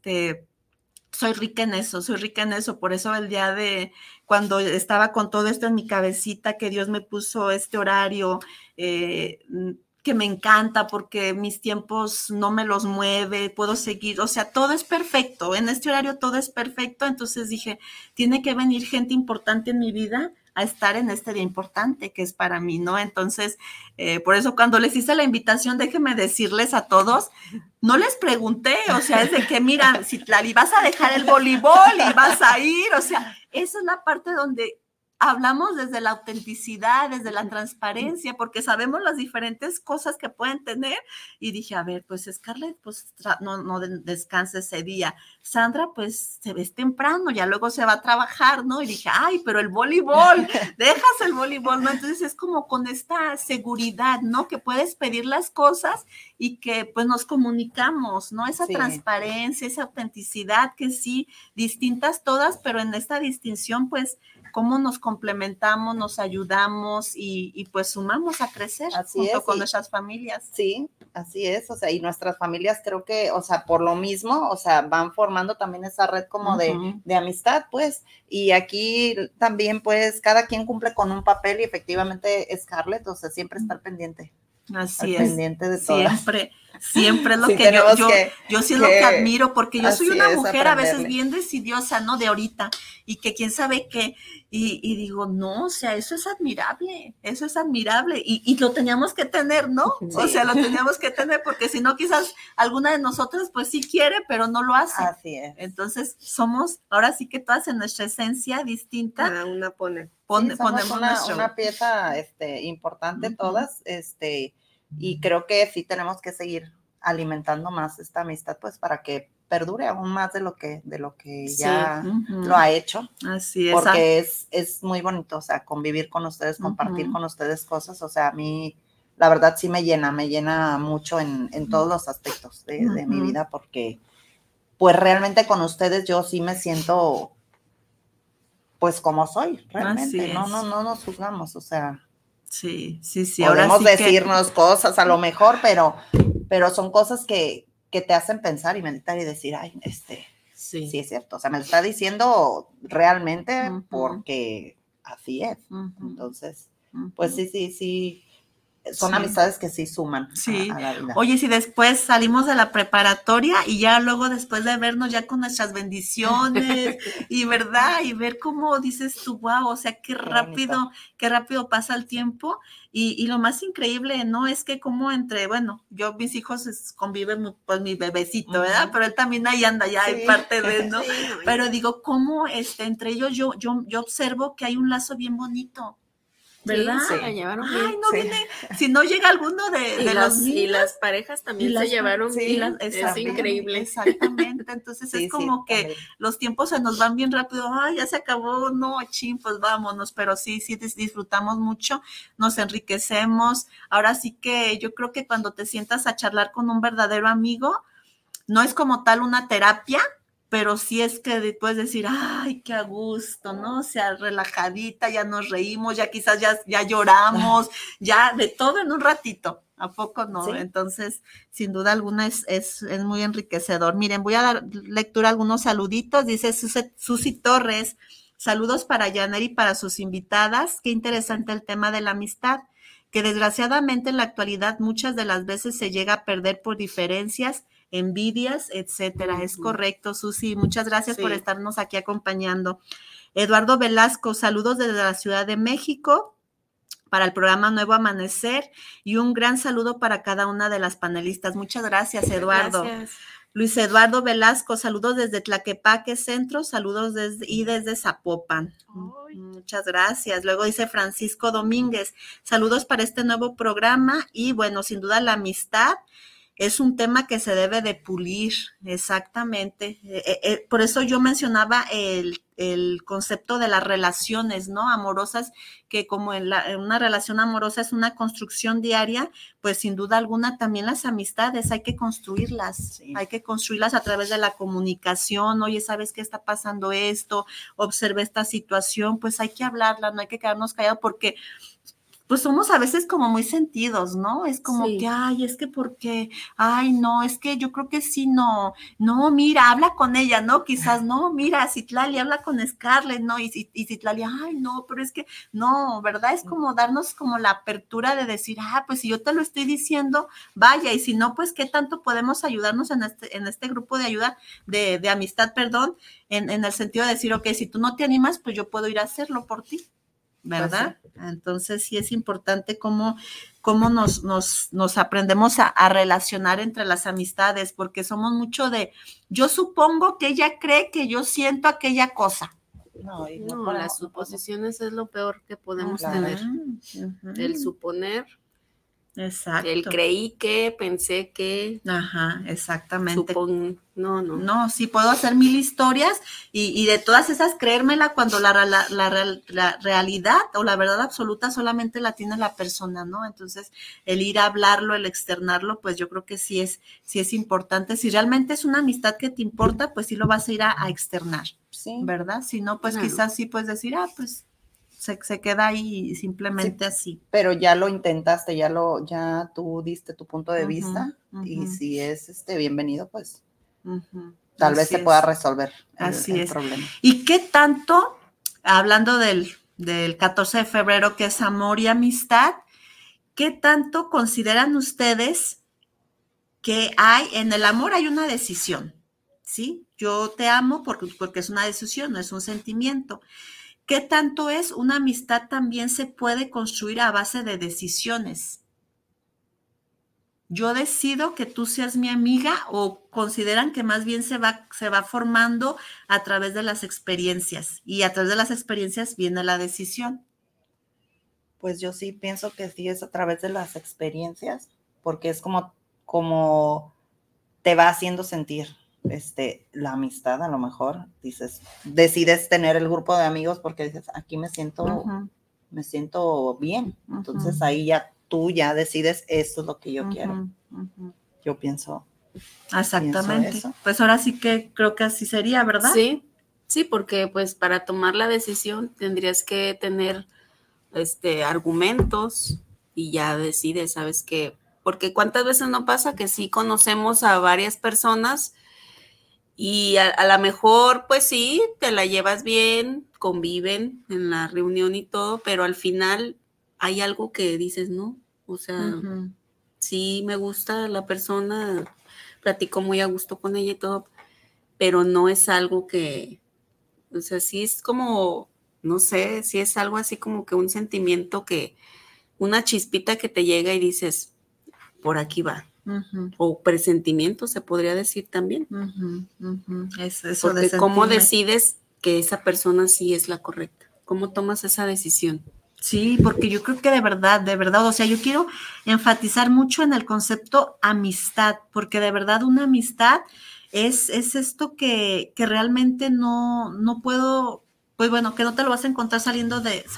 Speaker 2: soy rica en eso, por eso el día de cuando estaba con todo esto en mi cabecita, que Dios me puso este horario, que me encanta porque mis tiempos no me los mueve, puedo seguir, o sea, todo es perfecto, en este horario todo es perfecto, entonces dije, tiene que venir gente importante en mi vida a estar en este día importante que es para mí, ¿no? Entonces, por eso cuando les hice la invitación, déjenme decirles a todos, no les pregunté, o sea, es de que, mira, si Tlali, vas a dejar el voleibol y vas a ir, o sea, esa es la parte donde hablamos desde la autenticidad, desde la transparencia, porque sabemos las diferentes cosas que pueden tener. Y dije, a ver, pues Scarlett, pues no descansa ese día. Sandra, pues se ve temprano, ya luego se va a trabajar, ¿no? Y dije, ay, pero el voleibol, dejas el voleibol, ¿no? Entonces es como con esta seguridad, ¿no? Que puedes pedir las cosas y que pues nos comunicamos, ¿no? Esa transparencia, esa autenticidad que sí, distintas todas, pero en esta distinción, pues, cómo nos complementamos, nos ayudamos y pues sumamos a crecer junto con nuestras familias.
Speaker 4: Sí, así es, o sea, y nuestras familias creo que, o sea, por lo mismo, o sea, van formando también esa red como de amistad, pues, y aquí también, pues, cada quien cumple con un papel y efectivamente Scarlett, o sea, siempre está al pendiente.
Speaker 2: Así es.
Speaker 4: Pendiente de todas.
Speaker 2: Siempre es lo que yo sí es lo que admiro, porque yo soy una mujer a veces bien decidiosa, ¿no? De ahorita, y que quién sabe qué, y digo, no, o sea, eso es admirable, y lo teníamos que tener, ¿no? Sí. O sea, lo teníamos que tener, porque si no, quizás alguna de nosotras, pues sí quiere, pero no lo hace.
Speaker 4: Así es.
Speaker 2: Entonces, somos, ahora sí que todas en nuestra esencia distinta.
Speaker 3: Cada una
Speaker 4: ponemos una pieza importante todas, y creo que sí tenemos que seguir alimentando más esta amistad, pues para que perdure aún más de lo que ya lo ha hecho.
Speaker 2: Así es.
Speaker 4: Porque es muy bonito, o sea, convivir con ustedes, compartir con ustedes cosas, o sea, a mí la verdad sí me llena mucho en todos los aspectos de mi vida, porque pues realmente con ustedes yo sí me siento pues como soy, realmente, no nos juzgamos, o sea.
Speaker 2: Sí.
Speaker 4: Podemos ahora sí decirnos cosas a lo mejor, pero son cosas que te hacen pensar y meditar y decir, ay, sí es cierto. O sea, me lo está diciendo realmente porque así es. Entonces, pues sí. Son amistades que sí suman a la vida.
Speaker 2: Oye, si después salimos de la preparatoria y ya luego después de vernos ya con nuestras bendiciones y verdad, y ver cómo dices tú, wow, o sea, qué rápido pasa el tiempo y lo más increíble, ¿no? Es que como mis hijos conviven, pues mi bebecito, ¿verdad? Pero él también ahí anda, ya hay parte de, ¿no? Pero digo, cómo entre ellos yo observo que hay un lazo bien bonito. ¿Verdad?
Speaker 3: Sí, se la llevaron bien.
Speaker 2: Ay, no viene. Si no llega alguno de los niños.
Speaker 3: Y las parejas también se llevaron bien. Es increíble.
Speaker 2: Exactamente. Entonces es como que los tiempos se nos van bien rápido. Ay, ya se acabó. No, pues vámonos. Pero sí disfrutamos mucho. Nos enriquecemos. Ahora sí que yo creo que cuando te sientas a charlar con un verdadero amigo, no es como tal una terapia, pero sí es que puedes decir, ay, qué a gusto, ¿no? O sea, relajadita, ya nos reímos, ya quizás ya lloramos, ya de todo en un ratito, ¿a poco no? Sí. Entonces, sin duda alguna es muy enriquecedor. Miren, voy a dar lectura a algunos saluditos, dice Susi Torres, saludos para Janer y para sus invitadas, qué interesante el tema de la amistad, que desgraciadamente en la actualidad muchas de las veces se llega a perder por diferencias, envidias, etcétera. Es correcto, Susi. Muchas gracias por estarnos aquí acompañando. Eduardo Velasco, saludos desde la Ciudad de México para el programa Nuevo Amanecer y un gran saludo para cada una de las panelistas. Muchas gracias, Eduardo.
Speaker 3: Gracias.
Speaker 2: Luis Eduardo Velasco, saludos desde Tlaquepaque Centro, saludos desde Zapopan.
Speaker 3: Ay.
Speaker 2: Muchas gracias. Luego dice Francisco Domínguez, saludos para este nuevo programa y bueno, sin duda la amistad es un tema que se debe de pulir, exactamente. Por eso yo mencionaba el concepto de las relaciones, ¿no? Amorosas, que como en una relación amorosa es una construcción diaria, pues sin duda alguna también las amistades hay que construirlas, hay que construirlas a través de la comunicación. Oye, ¿sabes qué está pasando esto? Observé esta situación, pues hay que hablarla, no hay que quedarnos callados porque pues somos a veces como muy sentidos, ¿no? Es como que, ay, es que porque, ay, no, es que yo creo que sí, no, mira, habla con ella, ¿no? Quizás, no, mira, Citlali habla con Scarlett, ¿no? Y Citlali, ay, no, pero es que, no, ¿verdad? Es como darnos como la apertura de decir, pues si yo te lo estoy diciendo, vaya, y si no, pues, ¿qué tanto podemos ayudarnos en este grupo de ayuda, de amistad, perdón, en el sentido de decir, ok, si tú no te animas, pues yo puedo ir a hacerlo por ti. ¿Verdad? Pues sí. Entonces sí es importante cómo nos aprendemos a relacionar entre las amistades, porque somos mucho de, yo supongo que ella cree que yo siento aquella cosa.
Speaker 3: No, las suposiciones es lo peor que podemos tener. El suponer.
Speaker 2: Exacto.
Speaker 3: El creí que, pensé que.
Speaker 2: Ajá, exactamente.
Speaker 3: No,
Speaker 2: sí puedo hacer 1000 historias y de todas esas creérmela cuando la realidad o la verdad absoluta solamente la tiene la persona, ¿no? Entonces, el ir a hablarlo, el externarlo, pues yo creo que sí es importante. Si realmente es una amistad que te importa, pues sí lo vas a ir a externar, sí, ¿verdad? Si no, pues quizás sí puedes decir, pues se queda ahí simplemente así.
Speaker 4: Pero ya lo intentaste, ya tú diste tu punto de vista y si es bienvenido, pues tal vez se pueda resolver el problema.
Speaker 2: ¿Y qué tanto, hablando del 14 de febrero, que es amor y amistad, qué tanto consideran ustedes que en el amor hay una decisión, ¿sí? Yo te amo porque es una decisión, no es un sentimiento. ¿Qué tanto es una amistad también se puede construir a base de decisiones? Yo decido que tú seas mi amiga o consideran que más bien se va formando a través de las experiencias y a través de las experiencias viene la decisión.
Speaker 4: Pues yo sí pienso que sí es a través de las experiencias porque es como te va haciendo sentir la amistad. A lo mejor decides tener el grupo de amigos porque dices, aquí me siento bien. Entonces ahí tú ya decides, esto es lo que yo quiero. Yo pienso.
Speaker 2: Exactamente. Eso. Pues ahora sí que creo que así sería, ¿verdad?
Speaker 3: Sí, porque pues para tomar la decisión tendrías que tener argumentos y ya decides, ¿sabes qué? Porque cuántas veces no pasa que sí conocemos a varias personas y a lo mejor, pues sí, te la llevas bien, conviven en la reunión y todo, pero al final hay algo que dices, no, o sea, sí me gusta la persona, platico muy a gusto con ella y todo, pero no es algo que, o sea, sí es como, no sé, sí es algo así como que un sentimiento una chispita que te llega y dices, por aquí va. O presentimiento se podría decir también.
Speaker 2: Eso
Speaker 3: porque cómo decides que esa persona sí es la correcta, cómo tomas esa decisión.
Speaker 2: Sí, porque yo creo que de verdad, o sea, yo quiero enfatizar mucho en el concepto amistad, porque de verdad una amistad es esto que realmente no puedo, pues bueno, que no te lo vas a encontrar saliendo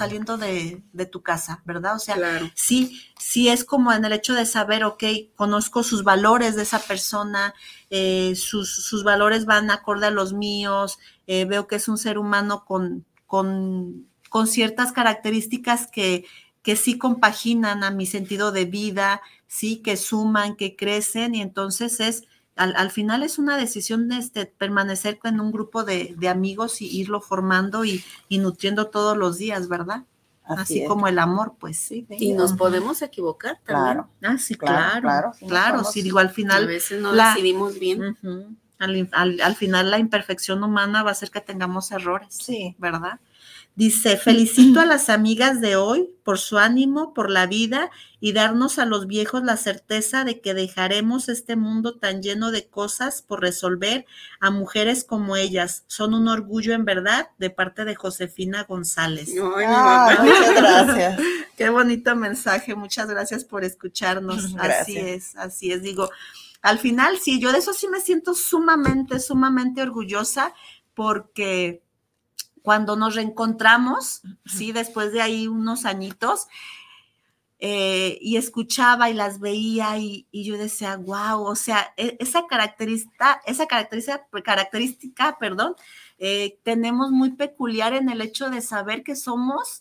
Speaker 2: de tu casa, ¿verdad? O sea,
Speaker 3: claro.
Speaker 2: Sí es como en el hecho de saber, ok, conozco sus valores de esa persona, sus valores van acorde a los míos, veo que es un ser humano con ciertas características que sí compaginan a mi sentido de vida, sí, que suman, que crecen, y entonces al final es una decisión de permanecer en un grupo de amigos y irlo formando y nutriendo todos los días, ¿verdad? Así como el amor, pues. Sí,
Speaker 3: y nos podemos equivocar también.
Speaker 2: Claro. Sí, claro. Sí, digo, al final.
Speaker 3: A veces no decidimos bien.
Speaker 2: Al final la imperfección humana va a hacer que tengamos errores,
Speaker 4: sí,
Speaker 2: ¿verdad? Dice, felicito a las amigas de hoy por su ánimo, por la vida y darnos a los viejos la certeza de que dejaremos este mundo tan lleno de cosas por resolver a mujeres como ellas. Son un orgullo en verdad, de parte de Josefina González.
Speaker 3: Ay, mi mamá.
Speaker 4: Muchas gracias.
Speaker 2: Qué bonito mensaje, muchas gracias por escucharnos.
Speaker 4: Gracias.
Speaker 2: Así es, digo, al final sí, yo de eso sí me siento sumamente orgullosa porque cuando nos reencontramos, sí, después de ahí unos añitos, y escuchaba y las veía y yo decía, wow, o sea, esa característica, tenemos muy peculiar en el hecho de saber que somos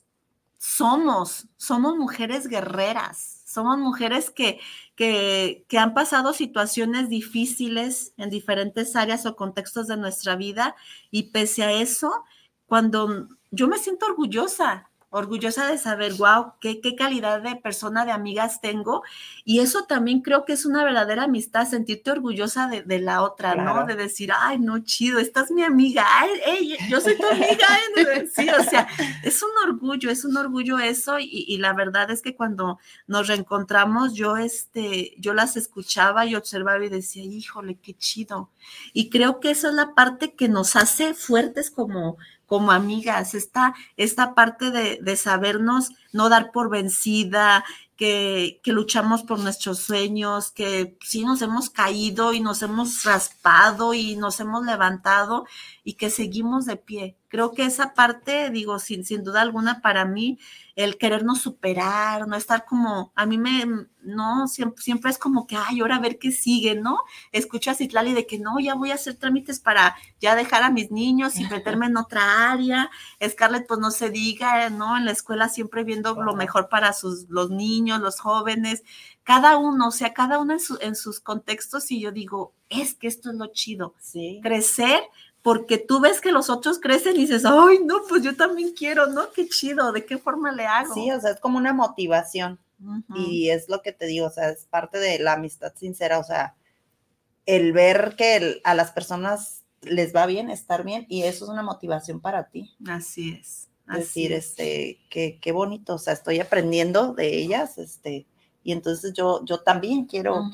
Speaker 2: mujeres guerreras, somos mujeres que han pasado situaciones difíciles en diferentes áreas o contextos de nuestra vida y pese a eso, cuando yo me siento orgullosa de saber, wow, qué calidad de persona, de amigas tengo. Y eso también creo que es una verdadera amistad, sentirte orgullosa de la otra, claro. ¿No? De decir, ay, no, chido, esta es mi amiga, ay, yo soy tu amiga. Sí, o sea, es un orgullo eso. Y la verdad es que cuando nos reencontramos, yo las escuchaba y observaba y decía, híjole, qué chido. Y creo que esa es la parte que nos hace fuertes como amigas, esta parte de sabernos no dar por vencida, que luchamos por nuestros sueños, que sí nos hemos caído y nos hemos raspado y nos hemos levantado y que seguimos de pie. Creo que esa parte, digo, sin duda alguna para mí, el querernos superar, no estar como, a mí siempre es como que, ay, ahora a ver qué sigue, ¿no? Escucho a Citlali de que no, ya voy a hacer trámites para ya dejar a mis niños y meterme en otra área. Scarlett, pues no se diga, ¿no? En la escuela siempre viendo lo mejor para los niños, los jóvenes, cada uno en sus contextos y yo digo, es que esto es lo chido, sí. Crecer, porque tú ves que los otros crecen y dices, ay, no, pues yo también quiero, ¿no? Qué chido, ¿de qué forma le hago?
Speaker 4: Sí, o sea, es como una motivación. Y es lo que te digo, o sea, es parte de la amistad sincera, o sea, el ver que a las personas les va bien, estar bien, y eso es una motivación para ti.
Speaker 2: Así es.
Speaker 4: Decir, qué bonito, o sea, estoy aprendiendo de ellas, y entonces yo también quiero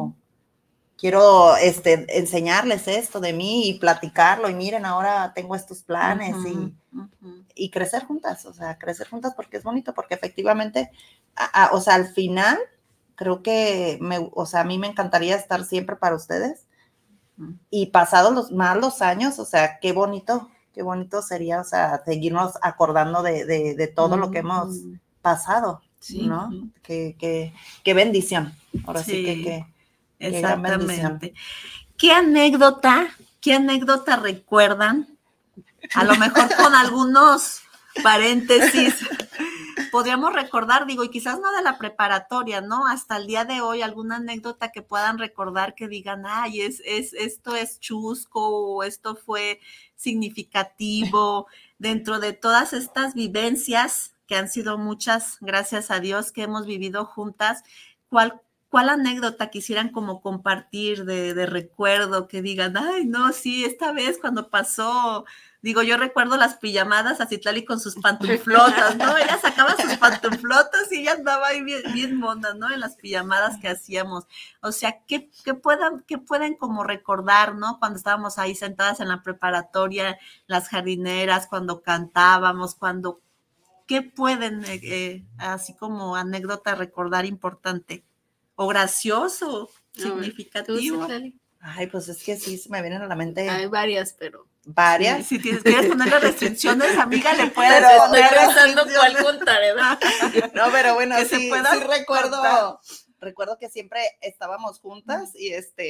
Speaker 4: enseñarles esto de mí y platicarlo, y miren, ahora tengo estos planes y crecer juntas, o sea, porque es bonito, porque efectivamente, o sea, al final, creo que, a mí me encantaría estar siempre para ustedes, y pasados los años, o sea, qué bonito sería, o sea, seguirnos acordando de todo lo que hemos pasado, sí, ¿no? Qué bendición, ahora sí que
Speaker 2: exactamente. ¿Qué anécdota recuerdan? A lo mejor con algunos paréntesis podríamos recordar, digo, y quizás no de la preparatoria, ¿no? Hasta el día de hoy, alguna anécdota que puedan recordar que digan, ay, esto es chusco, o esto fue significativo, dentro de todas estas vivencias, que han sido muchas, gracias a Dios, que hemos vivido juntas, ¿cuál anécdota quisieran como compartir de recuerdo, que digan, ay, no, sí, esta vez cuando pasó, digo, yo recuerdo las pijamadas a Citlali con sus pantuflotas, ¿no? Ella sacaba sus pantuflotas y ella andaba ahí bien mona, ¿no? En las pijamadas que hacíamos. O sea, ¿qué pueden como recordar, ¿no? Cuando estábamos ahí sentadas en la preparatoria, las jardineras, cuando cantábamos, ¿qué pueden, así como anécdota, recordar importante? O gracioso, significativo.
Speaker 4: Ay, pues es que sí, se me vienen a la mente.
Speaker 3: Hay varias, pero.
Speaker 4: ¿Varias?
Speaker 2: Sí, si quieres ponerle restricciones, amiga, le puedes
Speaker 3: poner. Estoy pensando cuál contar, ¿verdad?
Speaker 4: No, pero bueno, sí
Speaker 2: recuerdo
Speaker 4: que siempre estábamos juntas y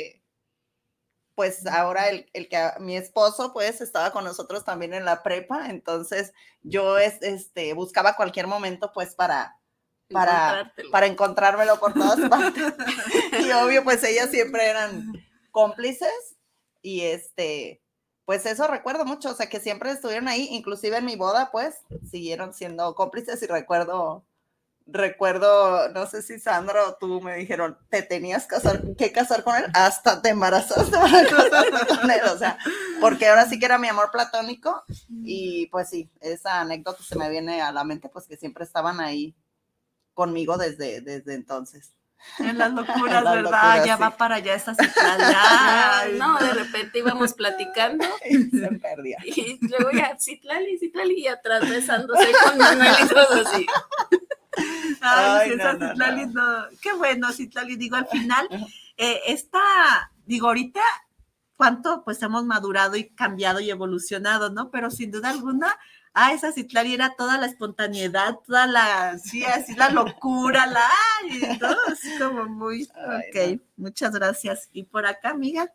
Speaker 4: pues ahora el que mi esposo pues estaba con nosotros también en la prepa, entonces yo buscaba cualquier momento pues para encontrármelo por todas partes. Y obvio, pues ellas siempre eran cómplices y pues eso recuerdo mucho, o sea, que siempre estuvieron ahí, inclusive en mi boda, pues, siguieron siendo cómplices y recuerdo recuerdo, no sé si Sandra o tú me dijeron, te tenías que casar con él, hasta te embarazaste para casarte con él, o sea, porque ahora sí que era mi amor platónico y pues sí, esa anécdota se me viene a la mente, pues que siempre estaban ahí conmigo desde entonces.
Speaker 2: En las locuras,
Speaker 4: En las
Speaker 2: ¿verdad?
Speaker 4: locuras,
Speaker 2: Ya
Speaker 4: sí.
Speaker 2: va para allá esta Citlali.
Speaker 3: No, de repente íbamos platicando
Speaker 4: Y se perdía.
Speaker 3: y luego ya Citlali, y atrás besándose con Manuel y todo así.
Speaker 2: Ay, sí,
Speaker 4: Ay,
Speaker 2: esa
Speaker 4: no.
Speaker 2: Citlali, no. Qué bueno, Citlali. Digo, al final, digo, ahorita, cuánto pues hemos madurado y cambiado y evolucionado, ¿no? Pero sin duda alguna, esa Citlali era toda la espontaneidad, toda la, sí, así la locura, y todo así como muy,
Speaker 4: Ay,
Speaker 2: ok, muchas gracias. Y por acá, amiga.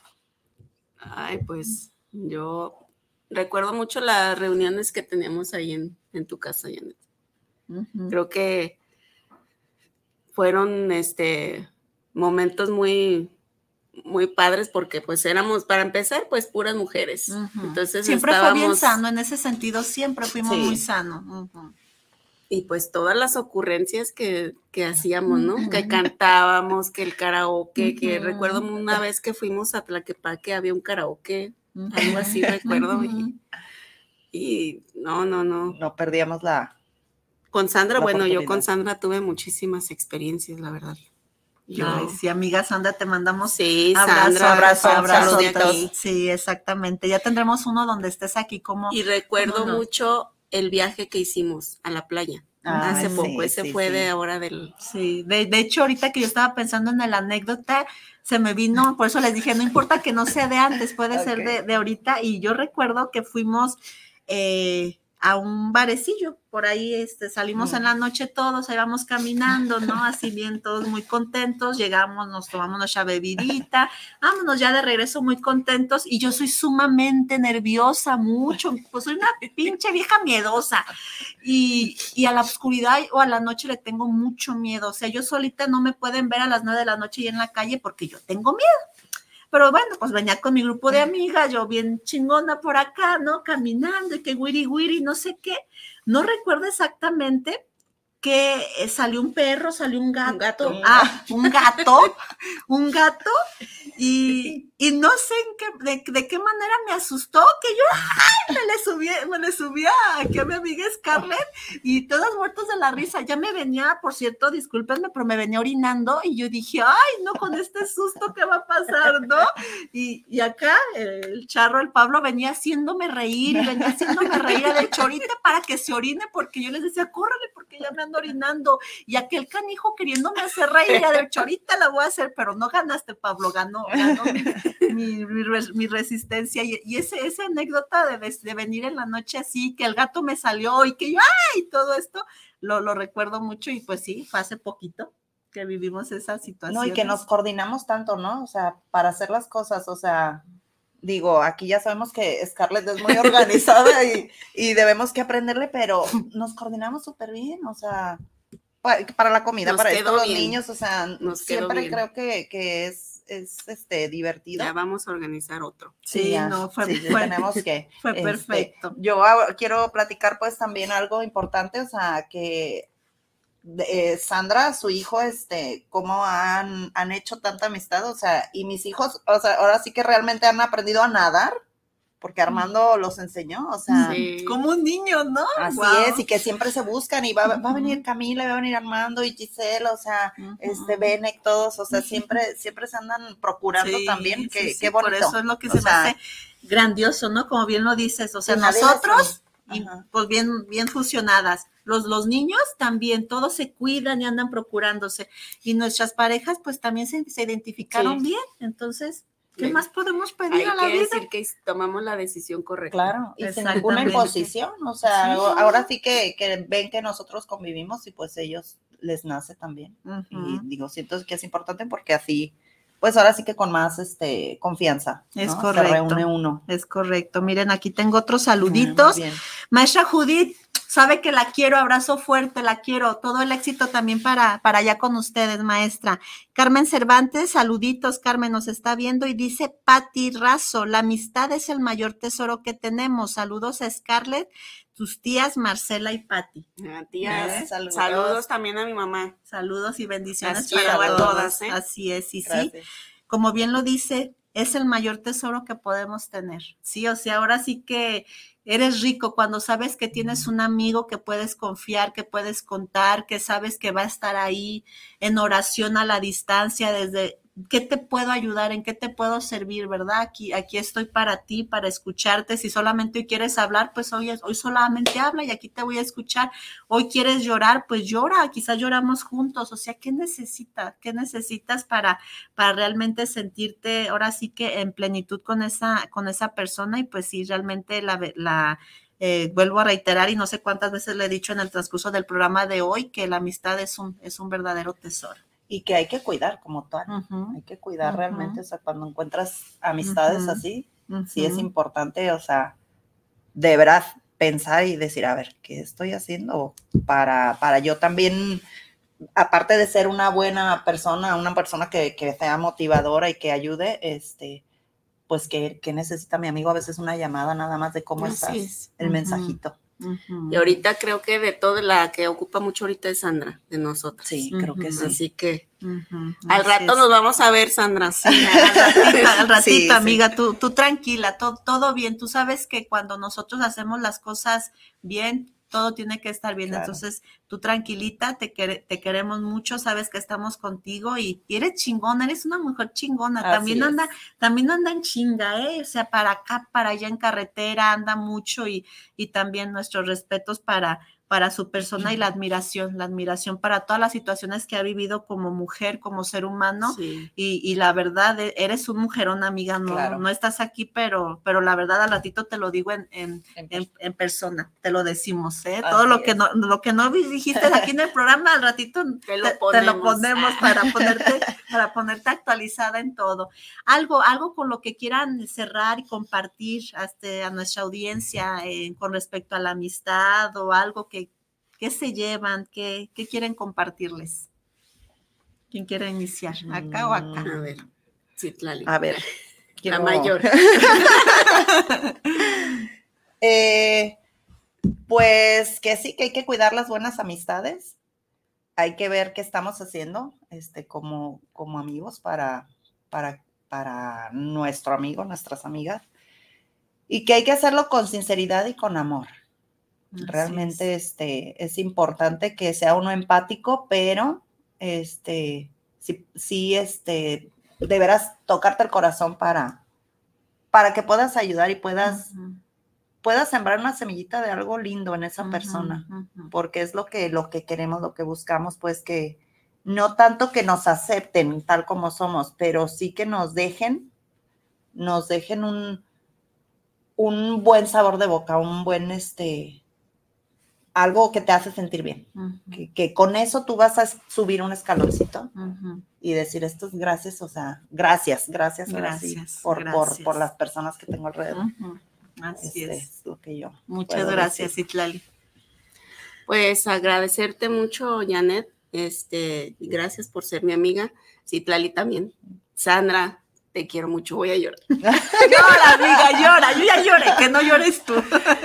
Speaker 3: Ay, pues yo recuerdo mucho las reuniones que teníamos ahí en tu casa, Janet.
Speaker 2: Uh-huh.
Speaker 3: Creo que fueron momentos muy, muy padres porque pues éramos, para empezar, pues puras mujeres.
Speaker 2: Uh-huh.
Speaker 3: Entonces
Speaker 2: siempre fue bien sano, en ese sentido siempre fuimos muy sanos. Uh-huh.
Speaker 3: Y pues todas las ocurrencias que hacíamos, ¿no? Uh-huh. Que cantábamos, que el karaoke, uh-huh. Que recuerdo una vez que fuimos a Tlaquepaque, había un karaoke, uh-huh. Algo así recuerdo. Uh-huh. Y no.
Speaker 4: No perdíamos
Speaker 3: Con Sandra, bueno, yo con Sandra tuve muchísimas experiencias, la verdad.
Speaker 2: Ay, sí, amiga Sandra, te mandamos
Speaker 3: abrazo de aquí.
Speaker 2: Sí, exactamente. Ya tendremos uno donde estés aquí como.
Speaker 3: Y recuerdo mucho el viaje que hicimos a la playa. Hace poco, ese fue de ahora del...
Speaker 2: Sí, de hecho, ahorita que yo estaba pensando en la anécdota, se me vino, por eso les dije, no importa que no sea de antes, puede ser de ahorita, y yo recuerdo que fuimos a un barecillo, por ahí salimos en la noche todos, ahí vamos caminando, ¿no? Así bien, todos muy contentos, llegamos, nos tomamos nuestra bebidita, vámonos ya de regreso muy contentos, y yo soy sumamente nerviosa, mucho, pues soy una pinche vieja miedosa, y a la oscuridad o a la noche le tengo mucho miedo, o sea, yo solita no me pueden ver a las 9 de la noche y en la calle porque yo tengo miedo. Pero bueno, pues venía con mi grupo de amigas, yo bien chingona por acá, ¿no? Caminando y que wiri, no sé qué. No recuerdo exactamente que salió un perro, salió un gato. Un gato. Y no sé de qué manera me asustó, que yo me le subía aquí a mi amiga Scarlett y todas muertos de la risa. Ya me venía, por cierto, discúlpenme, pero me venía orinando y yo dije, ay, no, con este susto, ¿qué va a pasar, no? Y acá el charro, el Pablo, venía haciéndome reír a del chorite para que se orine, porque yo les decía, córrele, porque ya me ando orinando. Y aquel canijo queriéndome hacer reír a del chorita la voy a hacer, pero no ganaste, Pablo, ganó mi resistencia. Y esa anécdota de venir en la noche así, que el gato me salió y que yo, ¡ay! Todo esto lo recuerdo mucho y pues sí, fue hace poquito que vivimos esa situación.
Speaker 4: No, y que nos coordinamos tanto, ¿no? O sea, para hacer las cosas, o sea, digo, aquí ya sabemos que Scarlett es muy organizada y debemos que aprenderle, pero nos coordinamos súper bien, o sea, para la comida, para esto, los niños, o sea, siempre creo que es divertido.
Speaker 3: Ya vamos a organizar otro.
Speaker 2: Sí,
Speaker 4: tenemos que.
Speaker 2: Fue perfecto.
Speaker 4: Yo quiero platicar pues también algo importante, o sea, que Sandra, su hijo, cómo han hecho tanta amistad, o sea, y mis hijos, o sea, ahora sí que realmente han aprendido a nadar, porque Armando los enseñó, o sea.
Speaker 2: Sí. Como un niño, ¿no?
Speaker 4: Así es, y que siempre se buscan, y va a venir Camila, va a venir Armando y Giselle, o sea, Benek, todos, o sea, siempre se andan procurando también, qué bonito.
Speaker 2: Por eso es lo que se me hace grandioso, ¿no? Como bien lo dices, o sea, nosotros, y pues bien fusionadas, los niños también, todos se cuidan y andan procurándose, y nuestras parejas pues también se identificaron bien, entonces... ¿Qué más podemos pedir a la vida?
Speaker 3: Hay que decir que tomamos la decisión correcta.
Speaker 4: Claro, y sin ninguna imposición, o sea, ahora sí que ven que nosotros convivimos y pues ellos les nace también. Y digo, siento que es importante porque así, pues ahora sí que con más confianza, ¿no?
Speaker 2: Es correcto.
Speaker 4: Se reúne uno.
Speaker 2: Es correcto. Miren, aquí tengo otros saluditos. Maestra Judith, sabe que la quiero, abrazo fuerte, la quiero, todo el éxito también para allá con ustedes, maestra. Carmen Cervantes, saluditos, Carmen nos está viendo y dice Pati Razo, la amistad es el mayor tesoro que tenemos, saludos a Scarlett, tus tías Marcela y Patti.
Speaker 3: Tías, saludos también a mi mamá.
Speaker 2: Saludos y bendiciones
Speaker 3: para todas.
Speaker 2: Así es, y
Speaker 4: Gracias.
Speaker 2: sí, como bien lo dice, es el mayor tesoro que podemos tener, ¿sí? O sea, ahora sí que eres rico cuando sabes que tienes un amigo que puedes confiar, que puedes contar, que sabes que va a estar ahí en oración a la distancia desde... ¿Qué te puedo ayudar? ¿En qué te puedo servir? ¿Verdad? Aquí estoy para ti, para escucharte. Si solamente hoy quieres hablar, pues hoy solamente habla y aquí te voy a escuchar. Hoy quieres llorar, pues llora. Quizás lloramos juntos. O sea, ¿qué necesitas? ¿Qué necesitas para realmente sentirte ahora sí que en plenitud con esa persona? Y pues sí, realmente vuelvo a reiterar y no sé cuántas veces le he dicho en el transcurso del programa de hoy que la amistad es un verdadero tesoro.
Speaker 4: Y que hay que cuidar como tal, hay que cuidar realmente, o sea, cuando encuentras amistades así, sí es importante, o sea, deberás pensar y decir, a ver, ¿qué estoy haciendo para yo también, aparte de ser una buena persona, una persona que sea motivadora y que ayude, pues que necesita mi amigo a veces una llamada nada más de cómo estás, el mensajito.
Speaker 3: Y ahorita creo que de todo la que ocupa mucho ahorita es Sandra, de nosotros.
Speaker 4: Sí, creo que sí.
Speaker 3: Así que al rato nos vamos a ver, Sandra.
Speaker 2: Sí, al ratito, sí, amiga, sí. Tú tranquila, todo bien. Tú sabes que cuando nosotros hacemos las cosas bien, todo tiene que estar bien. Claro. Entonces, tú tranquilita, te queremos mucho, sabes que estamos contigo y eres chingona, eres una mujer chingona. También anda en chinga, o sea, para acá, para allá en carretera, anda mucho y también nuestros respetos para su persona y la admiración para todas las situaciones que ha vivido como mujer, como ser humano, sí. y la verdad, eres un mujerón, amiga, no estás aquí, pero la verdad al ratito te lo digo en persona, te lo decimos, todo lo que no dijiste aquí en el programa, al ratito te lo ponemos para ponerte actualizada en todo. Algo con lo que quieran cerrar y compartir a nuestra audiencia con respecto a la amistad o algo que se llevan, qué quieren compartirles. ¿Quién quiere iniciar? ¿Acá o acá?
Speaker 3: A ver, Citlali.
Speaker 4: A ver,
Speaker 3: la mayor.
Speaker 4: Pues que sí, que hay que cuidar las buenas amistades. Hay que ver qué estamos haciendo como amigos para nuestro amigo, nuestras amigas. Y que hay que hacerlo con sinceridad y con amor. Realmente es importante que sea uno empático, pero sí deberás tocarte el corazón para que puedas ayudar y puedas sembrar una semillita de algo lindo en esa persona, porque es lo que queremos, lo que buscamos, pues que no tanto que nos acepten tal como somos, pero sí que nos dejen un buen sabor de boca, un buen algo que te hace sentir bien, que con eso tú vas a subir un escaloncito y decir esto es gracias, o sea, gracias por las personas que tengo alrededor.
Speaker 2: Así es
Speaker 4: lo que yo.
Speaker 2: Muchas gracias, Citlali.
Speaker 3: Pues agradecerte mucho, Janet, gracias por ser mi amiga, Citlali también. Sandra, te quiero mucho, voy a llorar.
Speaker 2: Llora, amiga, llora, yo ya lloré, que no llores tú.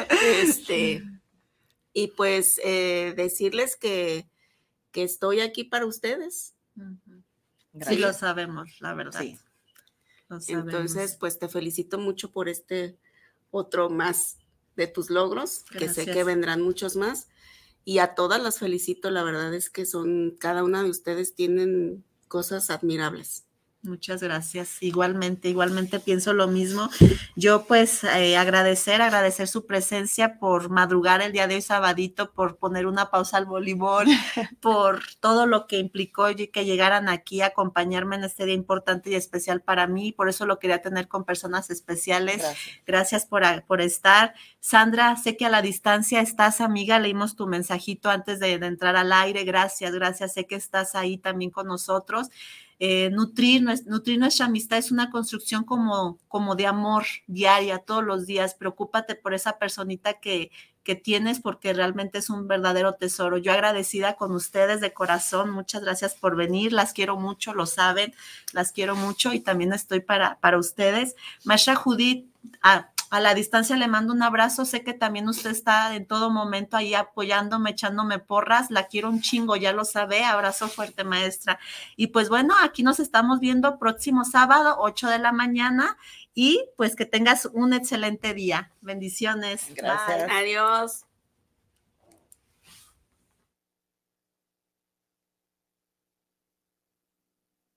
Speaker 3: Y pues decirles que estoy aquí para ustedes.
Speaker 2: Sí, lo sabemos, la verdad.
Speaker 3: Sí. Lo sabemos. Entonces, pues te felicito mucho por otro más de tus logros, gracias. Que sé que vendrán muchos más. Y a todas las felicito, la verdad es que cada una de ustedes tienen cosas admirables.
Speaker 2: Muchas gracias. Igualmente pienso lo mismo. Yo pues agradecer su presencia por madrugar el día de hoy sabadito, por poner una pausa al voleibol, por todo lo que implicó que llegaran aquí a acompañarme en este día importante y especial para mí. Por eso lo quería tener con personas especiales. Gracias por estar. Sandra, sé que a la distancia estás, amiga, leímos tu mensajito antes de entrar al aire. Gracias. Sé que estás ahí también con nosotros. Nutrir nuestra amistad es una construcción como de amor diaria, todos los días. Preocúpate por esa personita que tienes, porque realmente es un verdadero tesoro. Yo agradecida con ustedes de corazón, muchas gracias por venir, las quiero mucho, lo saben, las quiero mucho y también estoy para ustedes. Maestra Judith, a la distancia le mando un abrazo, sé que también usted está en todo momento ahí apoyándome, echándome porras, la quiero un chingo, ya lo sabe, abrazo fuerte, maestra. Y pues bueno, aquí nos estamos viendo próximo sábado, 8 de la mañana, y pues que tengas un excelente día. Bendiciones.
Speaker 4: Gracias.
Speaker 3: Bye. Adiós.